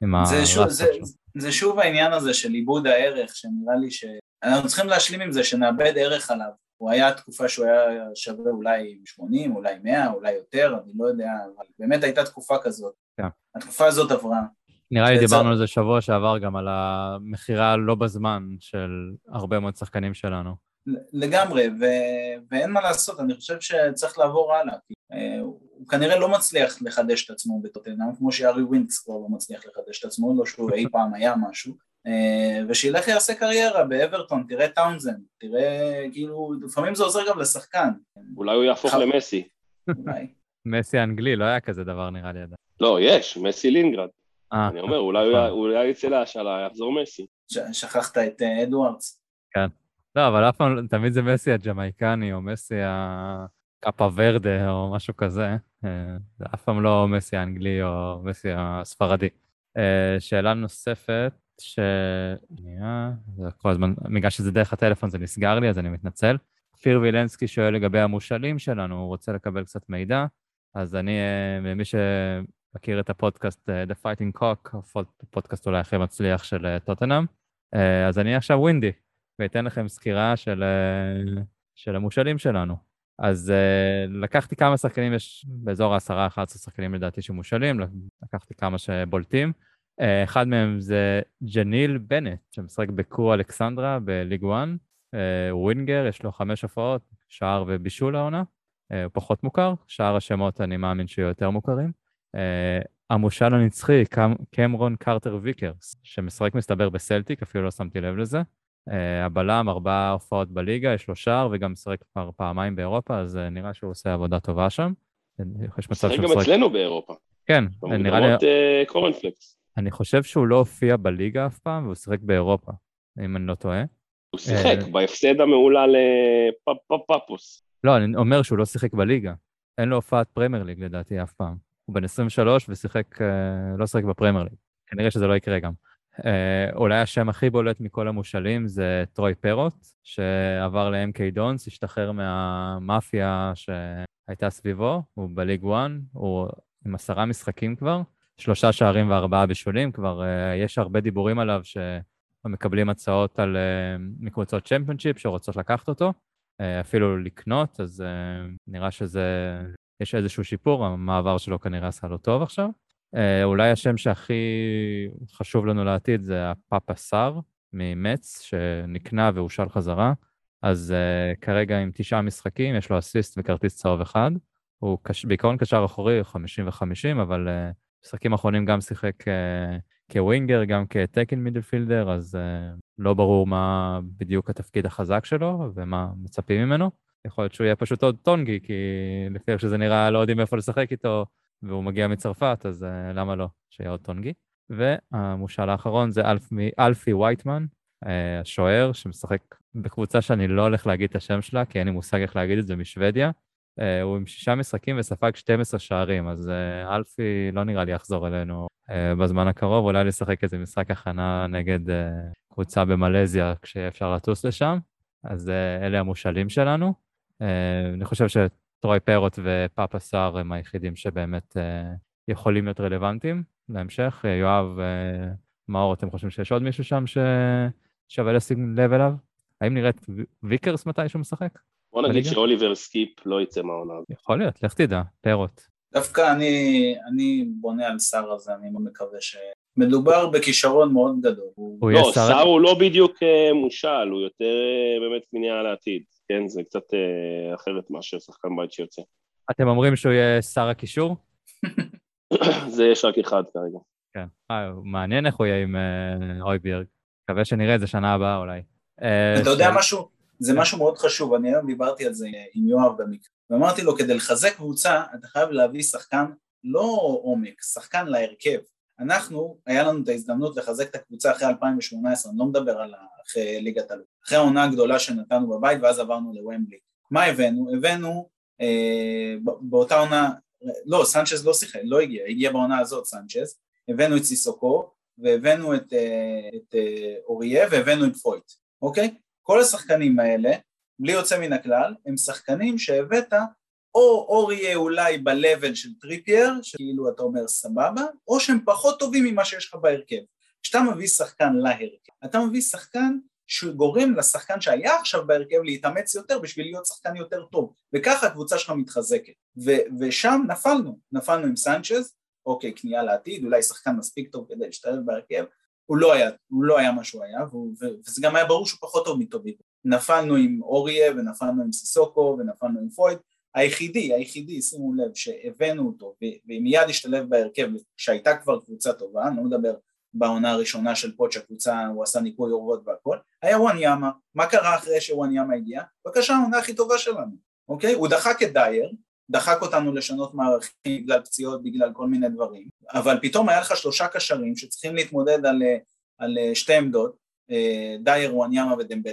זה שוב העניין הזה של איבוד הערך, שנראה לי ש... אנחנו צריכים להשלים עם זה, שנאבד ערך עליו. הוא היה תקופה שהוא היה שווה אולי שמונים, אולי מאה, אולי יותר, אני לא יודע, אבל באמת הייתה תקופה כזאת. כן. התקופה הזאת עברה. נראה לי דיברנו על זה שבוע שעבר גם, על המחירה לא בזמן של הרבה מאוד שחקנים שלנו. לגמרי, ו- ואין מה לעשות, אני חושב שצריך לעבור הלאה. הוא כנראה לא מצליח לחדש את עצמו בטוטנהאם, כמו שארי ווינקס כבר לא מצליח לחדש את עצמו, לא שהוא אי פעם היה משהו. ושילך יעשה קריירה באברטון, תראה טאונזנד, תראה, כאילו, לפעמים זה עוזר גם לשחקן. אולי הוא יהפוך למסי. אולי. מסי האנגלי, לא היה כזה דבר נראה לי עדיין. לא, יש, מסי לינגרד. אני אומר, אולי יצא להשאלה, יחזור מסי. שכחת את אדוארדס. כן. לא, אבל אף פעם, תמיד זה מסי הג'מייקני, או מסי קאפה ורדה או משהו כזה, זה אף פעם לא מסי האנגלי או מסי הספרדי. שאלה נוספת, שנייה, זה כל הזמן, בגלל שזה דרך הטלפון זה נסגר לי, אז אני מתנצל. כפיר וילנסקי שואל לגבי המושלים שלנו, הוא רוצה לקבל קצת מידע, אז אני, למי שמכיר את הפודקאסט The Fighting Cock, הפודקאסט אולי הכי מצליח של טוטנהאם, אז אני עכשיו ווינדי, ואתן לכם סקירה של, של המושלים שלנו. אז uh, לקחתי כמה שחקנים, יש באזור העשרה, אחד עשרה שחקנים לדעתי שמושלים, לקחתי כמה שבולטים. Uh, אחד מהם זה ג'ניל בנט, שמשחק בקור אלכסנדרה בליג וואן, uh, ווינגר, יש לו חמש הופעות, שער ובישול העונה, uh, הוא פחות מוכר, שער השמות אני מאמין שיהיו יותר מוכרים. Uh, המושל הנצחי, קמ, קמרון קרטר ויקרס, שמשחק מסתבר בסלטיק, אפילו לא שמתי לב לזה. Uh, הבלם, ארבעה הופעות בליגה, יש לו שער, וגם משחק כבר פעמיים באירופה, אז uh, נראה שהוא עושה עבודה טובה שם. הוא משחק גם אצלנו באירופה. כן, נראה לי... במוקדמות קורנפלקס. אני חושב שהוא לא הופיע בליגה אף פעם, והוא שיחק באירופה, אם אני לא טועה. הוא שיחק בהפסד המעולה לפאפוס. לא, אני אומר שהוא לא שיחק בליגה. אין לו הופעת פרמייר ליג לדעתי אף פעם. הוא בן עשרים ושלוש ושיחק, לא שיחק בפרמייר ליג. כנראה שזה לא יקרה גם. אולי השם הכי בולט מכל המושלים זה טרוי פרוט, שעבר ל-אם קיי דונס, השתחרר מהמאפיה שהייתה סביבו, הוא בליג וואן, הוא עם עשרה משחקים כבר, שלושה שערים וארבעה בישולים, כבר יש הרבה דיבורים עליו שמקבלים הצעות על מקבוצות צ'מפיונשיפ שרוצות לקחת אותו, אפילו לקנות, אז נראה שזה, יש איזשהו שיפור, המעבר שלו כנראה עשה לו טוב עכשיו. אולי השם שהכי חשוב לנו לעתיד זה הפאפה סאר ממץ, שנקנה והושל חזרה, אז כרגע עם תשעה משחקים, יש לו אסיסט וכרטיס צהוב אחד, הוא בעיקרון קשר אחורי, חמישים וחמישים, אבל משחקים האחרונים גם שיחק כווינגר, גם כטקן מידלפילדר, אז לא ברור מה בדיוק התפקיד החזק שלו ומה מצפים ממנו. יכול להיות שהוא יהיה פשוט עוד טונגי, כי לפי איך שזה נראה לא יודעים איפה לשחק איתו, והוא מגיע מצרפת, אז למה לא שיהיה עוד טונגי. והמושל האחרון זה אלפי, אלפי וייטמן, השוער, שמשחק בקבוצה שאני לא הולך להגיד את השם שלה, כי אין לי מושג איך להגיד את זה, משוודיה. הוא עם שישה משחקים וספג שנים עשר שערים, אז אלפי לא נראה לי יחזור אלינו בזמן הקרוב, אולי לשחק איזה משחק הכנה נגד קבוצה במלזיה, כשאפשר לטוס לשם, אז אלה המושלים שלנו. אני חושב שטרוי פרוט ופאפה סאר הם היחידים שבאמת יכולים להיות רלוונטיים להמשך. יואב, מאור, אתם חושבים שיש עוד מישהו שם ששווה לשים לב אליו? האם נראית ויקרס מתי שהוא משחק? בוא נגיד שאוליבר סקיפ לא יצא מהעונה. יכול להיות, לך תדע, פרוט. דווקא אני, אני בונה על סאר הזה, אני מקווה שמדובר בכישרון מאוד גדול. לא, סאר הוא לא בדיוק מושל, הוא יותר באמת מניעה לעתיד. כן, זה קצת אחרת מאשר שחקן בית שיוצא. אתם אומרים שהוא יהיה שר הקישור? זה יש רק אחד כרגע. כן, מעניין איך הוא יהיה עם אויבירג. מקווה שנראה את זה שנה הבאה אולי. אתה יודע משהו? זה משהו מאוד חשוב, אני היום דיברתי על זה עם יואב במקרה, ואמרתי לו, כדי לחזק קבוצה, אתה חייב להביא שחקן, לא עומק, שחקן להרכב. אנחנו, היה לנו את ההזדמנות לחזק את הקבוצה אחרי אלפיים ושמונה עשרה, אני לא מדבר על אחרי ליגת אלופות, אחרי העונה הגדולה שנתנו בבית, ואז עברנו לוומבלי. מה הבאנו? הבאנו אה, באותה עונה, לא, סנצ'ז לא שיחק, לא הגיע, הגיע בעונה הזאת סנצ'ז, הבאנו את סיסוקו, והבאנו את, את אוריה, והבאנו את פויט, אוקיי? כל השחקנים האלה, בלי יוצא מן הכלל, הם שחקנים שהבאת, או אוריה אולי ב-level של טריפייר, שכאילו אתה אומר סבבה, או שהם פחות טובים ממה שיש לך בהרכב. כשאתה מביא שחקן להרכב, אתה מביא שחקן שגורם לשחקן שהיה עכשיו בהרכב להתאמץ יותר, בשביל להיות שחקן יותר טוב, וככה הקבוצה שלך מתחזקת. ו- ושם נפלנו, נפלנו עם סנצ'ז, אוקיי, קנייה לעתיד, אולי שחקן מספיק טוב כדי להשתלב בהרכב, הוא לא היה, הוא לא היה מה שהוא היה, והוא, וזה גם היה ברור שהוא פחות טוב מטובי. נפלנו עם אוריה, ונפלנו עם סיסוקו, ונפלנו עם פויד. היחידי, היחידי, שימו לב, שהבאנו אותו, ומיד השתלב בהרכב, שהייתה כבר קבוצה טובה, אני לא מדבר בעונה הראשונה של פוט, שהקבוצה, הוא עשה ניקוי אורוות והכל, היה וואניאמה. מה קרה אחרי שוואניאמה הגיע? בבקשה, העונה הכי טובה שלנו, אוקיי? הוא דחק את דייר, דחק אותנו לשנות מערכים בגלל פציעות, בגלל כל מיני דברים, אבל פתאום היה לך שלושה קשרים שצריכים להתמודד על, על שתי עמדות, דייר, וואניאמה ודמבלה,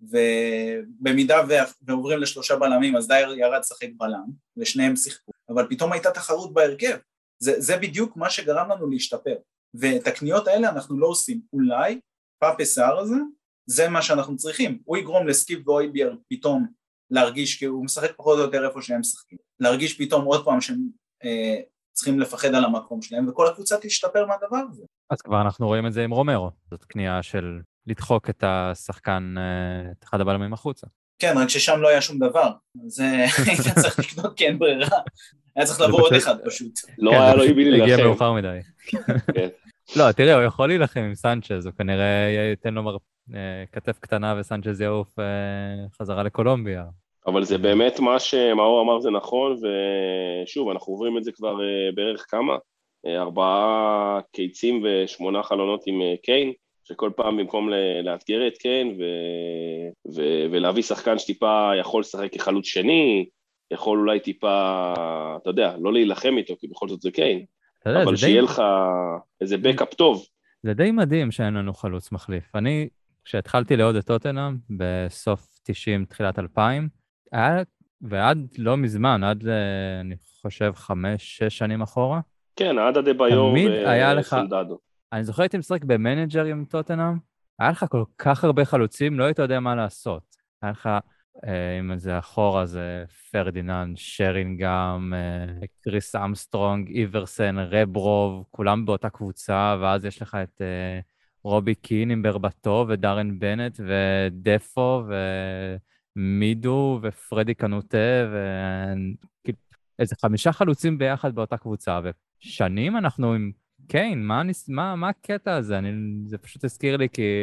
ובמידה ועוברים לשלושה בלמים, אז דייר ירד שחק בלם, ושניהם שיחקו, אבל פתאום הייתה תחרות בהרכב, זה, זה בדיוק מה שגרם לנו להשתפר, ואת הקניות האלה אנחנו לא עושים, אולי פאפה סער הזה, זה מה שאנחנו צריכים, הוא יגרום לסקיפ ואויבייר פתאום להרגיש, כי הוא משחק פחות או יותר איפה שהם משחקים, להרגיש פתאום עוד פעם שהם אה, צריכים לפחד על המקום שלהם, וכל הקבוצה תשתפר מהדבר הזה. אז כבר אנחנו רואים את זה עם רומרו, זאת קנייה של לדחוק את השחקן, את אחד הבלמים החוצה. כן, רק ששם לא היה שום דבר, אז היית צריך לקנות כן ברירה, היה צריך לבוא עוד אחד פשוט. לא היה לו איבי להילחם. הגיע מאוחר מדי. לא, תראה, הוא יכול להילחם עם סנצ'ז, הוא כנראה ייתן לו כתף קטנה וסנצ'ז יעוף חזרה לקולומביה. אבל זה באמת מה שמאור אמר זה נכון, ושוב, אנחנו עוברים את זה כבר בערך כמה? ארבעה קיצים ושמונה חלונות עם קיין, שכל פעם במקום לאתגר את קיין ו- ו- ולהביא שחקן שטיפה יכול לשחק כחלוץ שני, יכול אולי טיפה, אתה יודע, לא להילחם איתו, כי בכל זאת זה קיין, יודע, אבל שיהיה די... לך איזה בקאפ טוב. זה די מדהים שאין לנו חלוץ מחליף. אני, כשהתחלתי לעוד את טוטנהאם, בסוף תשעים, תחילת אלפיים, היה, ועד לא מזמן, עד, אני חושב, חמש, שש שנים אחורה, כן, עד עדי ביום וסולדדו. אני זוכר הייתי משחק במנג'ר עם טוטנהאם, היה לך כל כך הרבה חלוצים, לא היית יודע מה לעשות. היה לך, אם זה אחורה, זה פרדיננד, שרינגהם, קריס אמסטרונג, איברסן, רברוב, כולם באותה קבוצה, ואז יש לך את רובי קין עם ברבטו, ודרן בנט, ודפו, ומידו, ופרדי קנוטה, ואיזה חמישה חלוצים ביחד באותה קבוצה, ושנים אנחנו עם קיין, מה, מה, מה הקטע הזה? אני, זה פשוט הזכיר לי כי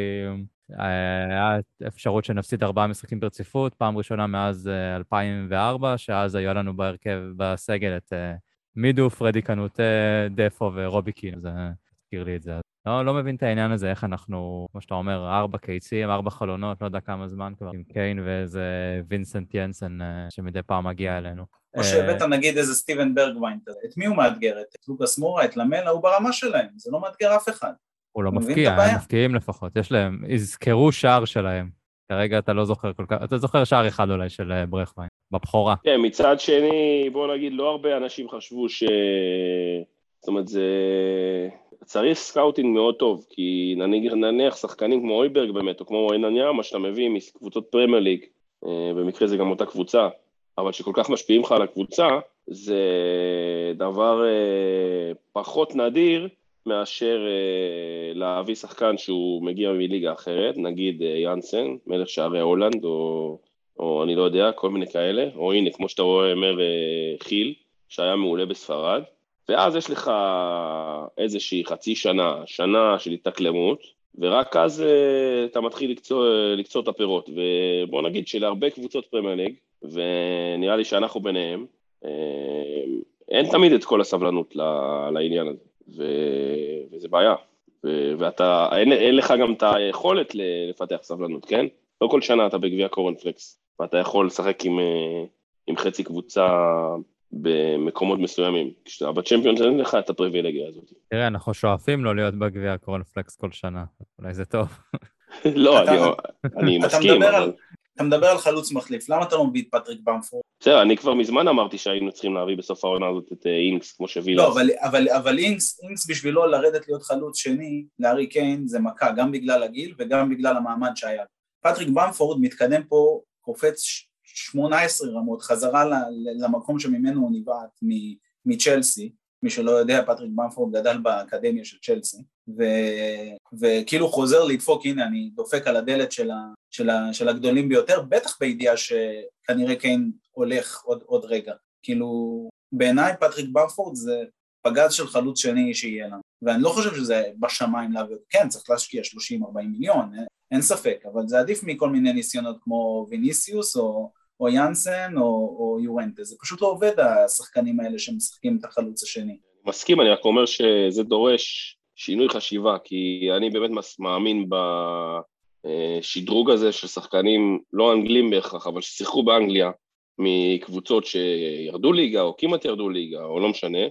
היה אפשרות שנפסיד ארבעה משחקים ברציפות, פעם ראשונה מאז אלפיים וארבע, שאז היה לנו בהרכב, בסגל את מידו, פרדי קנוטה, דפו ורובי קין, זה הזכיר לי את זה. לא, לא מבין את העניין הזה, איך אנחנו, כמו שאתה אומר, ארבע קיצים, ארבע חלונות, לא יודע כמה זמן כבר, עם קיין ואיזה וינסנט ינסן שמדי פעם מגיע אלינו. או שהבאת נגיד איזה סטיבן ברגווין, את מי הוא מאתגר? את לוקאס מורה, את למלה, הוא ברמה שלהם, זה לא מאתגר אף אחד. הוא לא מפקיע, הם מפקיעים לפחות, יש להם, יזכרו שער שלהם, כרגע אתה לא זוכר כל כך, אתה זוכר שער אחד אולי של ברגווין, בבחורה. כן, מצד שני, בוא נגיד, לא הרבה אנשים חשבו ש... זאת אומרת, זה... צריך סקאוטינג מאוד טוב, כי נניח שחקנים כמו אויברג באמת, או כמו אינניה, מה שאתה מביא מקבוצות פרמייר ליג, במקרה זה גם אותה קבוצה, אבל שכל כך משפיעים לך על הקבוצה, זה דבר פחות נדיר מאשר להביא שחקן שהוא מגיע מליגה אחרת, נגיד יאנסן, מלך שערי הולנד, או, או אני לא יודע, כל מיני כאלה, או הנה, כמו שאתה רואה, אומר חיל, שהיה מעולה בספרד, ואז יש לך איזושהי חצי שנה, שנה של התאקלמות, ורק אז אתה מתחיל לקצור, לקצור את הפירות, ובוא נגיד שלהרבה קבוצות פרמייר ליג, ונראה לי שאנחנו ביניהם, אין תמיד את כל הסבלנות לעניין הזה, ו... וזה בעיה, ו... ואתה, אין, אין לך גם את היכולת לפתח סבלנות, כן? לא כל שנה אתה בגביע קורנפלקס, ואתה יכול לשחק עם, עם חצי קבוצה במקומות מסוימים, כשאתה בצ'מפיונס אין לך את הפריבילגיה הזאת. תראה, אנחנו שואפים לא להיות בגביע קורנפלקס כל שנה, אולי זה טוב. לא, אני, אני מסכים, אבל... אתה מדבר על חלוץ מחליף, למה אתה לא מביא את פטריק במפורד? בסדר, אני כבר מזמן אמרתי שהיינו צריכים להביא בסוף העונה הזאת את אינקס, כמו שווילה. לא, אבל, אבל, אבל אינקס, אינקס בשבילו לרדת להיות חלוץ שני, לארי קיין זה מכה, גם בגלל הגיל וגם בגלל המעמד שהיה. פטריק במפורד מתקדם פה, קופץ שמונה עשרה רמות, חזרה למקום שממנו הוא נבעט מצ'לסי, מי שלא יודע, פטריק במפורד גדל באקדמיה של צ'לסי, ו... וכאילו חוזר לדפוק, הנה אני דופק על הדלת של, ה... של, ה... של הגדולים ביותר, בטח בידיעה שכנראה קיין הולך עוד, עוד רגע. כאילו, בעיניי פטריק במפורד זה פגז של חלוץ שני שיהיה לנו, ואני לא חושב שזה בשמיים להביא, כן, צריך להשקיע שלושים ארבעים מיליון, אין, אין ספק, אבל זה עדיף מכל מיני ניסיונות כמו ויניסיוס או, או יאנסן או, או יורנטה, זה פשוט לא עובד השחקנים האלה שמשחקים את החלוץ השני. מסכים, אני רק אומר שזה דורש שינוי חשיבה, כי אני באמת מאמין בשדרוג הזה של שחקנים לא אנגלים בהכרח, אבל ששיחקו באנגליה מקבוצות שירדו ליגה או כמעט ירדו ליגה, או לא משנה,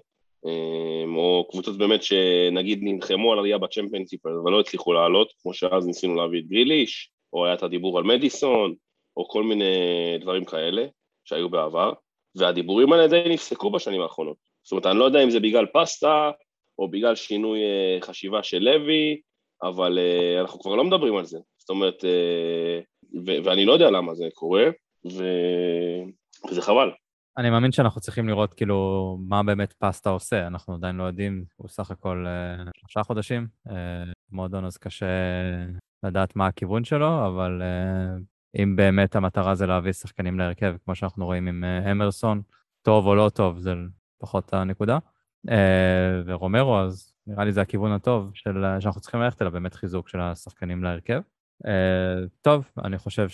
או קבוצות באמת שנגיד נלחמו על עלייה בצ'מפיונשיפ, אבל לא הצליחו לעלות, כמו שאז ניסינו להביא את גריליש, או היה את הדיבור על מדיסון, או כל מיני דברים כאלה שהיו בעבר, והדיבורים האלה די נפסקו בשנים האחרונות. זאת אומרת, אני לא יודע אם זה בגלל פסטה, או בגלל שינוי חשיבה של לוי, אבל אנחנו כבר לא מדברים על זה. זאת אומרת, ו- ואני לא יודע למה זה קורה, ו- וזה חבל. אני מאמין שאנחנו צריכים לראות כאילו מה באמת פסטה עושה, אנחנו עדיין לא יודעים, הוא סך הכל שלושה חודשים, מועדון אז קשה לדעת מה הכיוון שלו, אבל אם באמת המטרה זה להביא שחקנים להרכב, כמו שאנחנו רואים עם אמרסון, טוב או לא טוב, זה פחות הנקודה. ורומרו, אז נראה לי זה הכיוון הטוב של, שאנחנו צריכים ללכת אליו, באמת חיזוק של השחקנים להרכב. טוב, אני חושב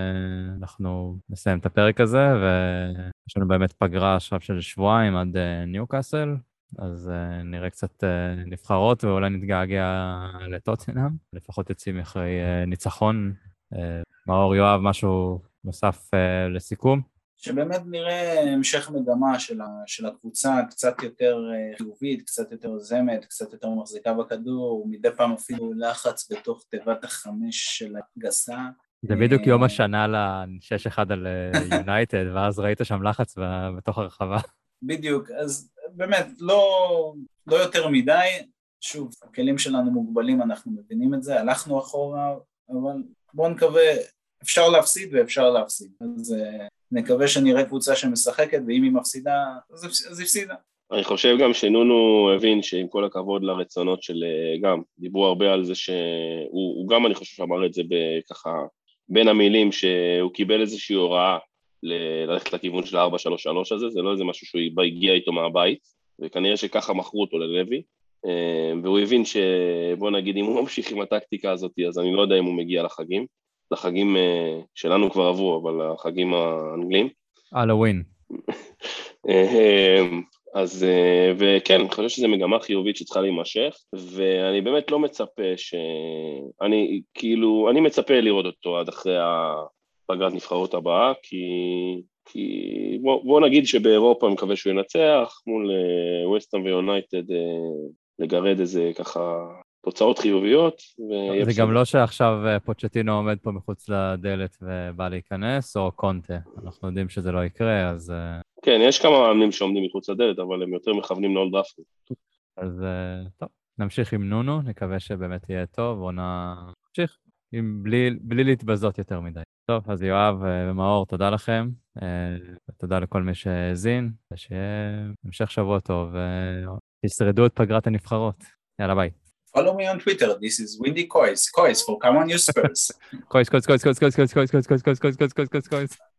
שאנחנו נסיים את הפרק הזה, ויש לנו באמת פגרה עכשיו של שבועיים עד ניוקאסל, אז נראה קצת נבחרות, ואולי נתגעגע לטוטנהאם, לפחות יוצאים אחרי ניצחון. מאור, יואב, משהו נוסף לסיכום? שבאמת נראה המשך מגמה של, ה, של הקבוצה, קצת יותר חיובית, קצת יותר זמת, קצת יותר מחזיקה בכדור, מדי פעם אפילו לחץ בתוך תיבת החמש של הגסה. זה בדיוק יום השנה ל-שש אחד על יונייטד, ואז ראית שם לחץ בתוך הרחבה. בדיוק, אז באמת לא, לא יותר מדי, שוב, הכלים שלנו מוגבלים, אנחנו מבינים את זה, הלכנו אחורה, אבל בואו נקווה, אפשר להפסיד ואפשר להפסיד, אז נקווה שנראה קבוצה שמשחקת, ואם היא מפסידה, אז, אז הפסידה. אני חושב גם שנונו הבין שעם כל הכבוד לרצונות של גם, דיברו הרבה על זה שהוא הוא גם, אני חושב שאמר את זה ככה, בין המילים שהוא קיבל איזושהי הוראה ללכת לכיוון של ה-ארבע שלוש שלוש הזה, זה לא איזה משהו שהוא הגיע איתו מהבית, וכנראה שככה מכרו אותו ללוי, והוא הבין שבוא נגיד, אם הוא ממשיך עם הטקטיקה הזאת, אז אני לא יודע אם הוא מגיע לחגים, לחגים שלנו כבר עברו, אבל לחגים האנגלים. הלווין. אז, וכן, אני חושב שזו מגמה חיובית שצריכה להימשך, ואני באמת לא מצפה ש... אני, כאילו, אני מצפה לראות אותו עד אחרי הפגרת נבחרות הבאה, כי, כי בוא, בוא נגיד שבאירופה אני מקווה שהוא ינצח, מול ווסטהאם ויונייטד לגרד איזה ככה תוצאות חיוביות. זה גם לא שעכשיו פוצ'טינו עומד פה מחוץ לדלת ובא להיכנס, או קונטה. אנחנו יודעים שזה לא יקרה, אז... כן, יש כמה מאמנים שעומדים מחוץ לדלת, אבל הם יותר מכוונים לאולד טראפורד. אז טוב, נמשיך עם נונו, נקווה שבאמת יהיה טוב, או נמשיך, בלי, בלי להתבזות יותר מדי. טוב, אז יואב ומאור, תודה לכם, ותודה לכל מי שהאזין, ושיהיה המשך שבוע טוב, ותשרדו את פגרת הנבחרות. יאללה, ביי. Follow me on Twitter. This is Windy Coys. Coys for come on you Spurs. Coys, Coys, Coys, Coys, Coys, Coys, Coys, Coys, Coys, Coys, Coys, Coys, Coys, Coys.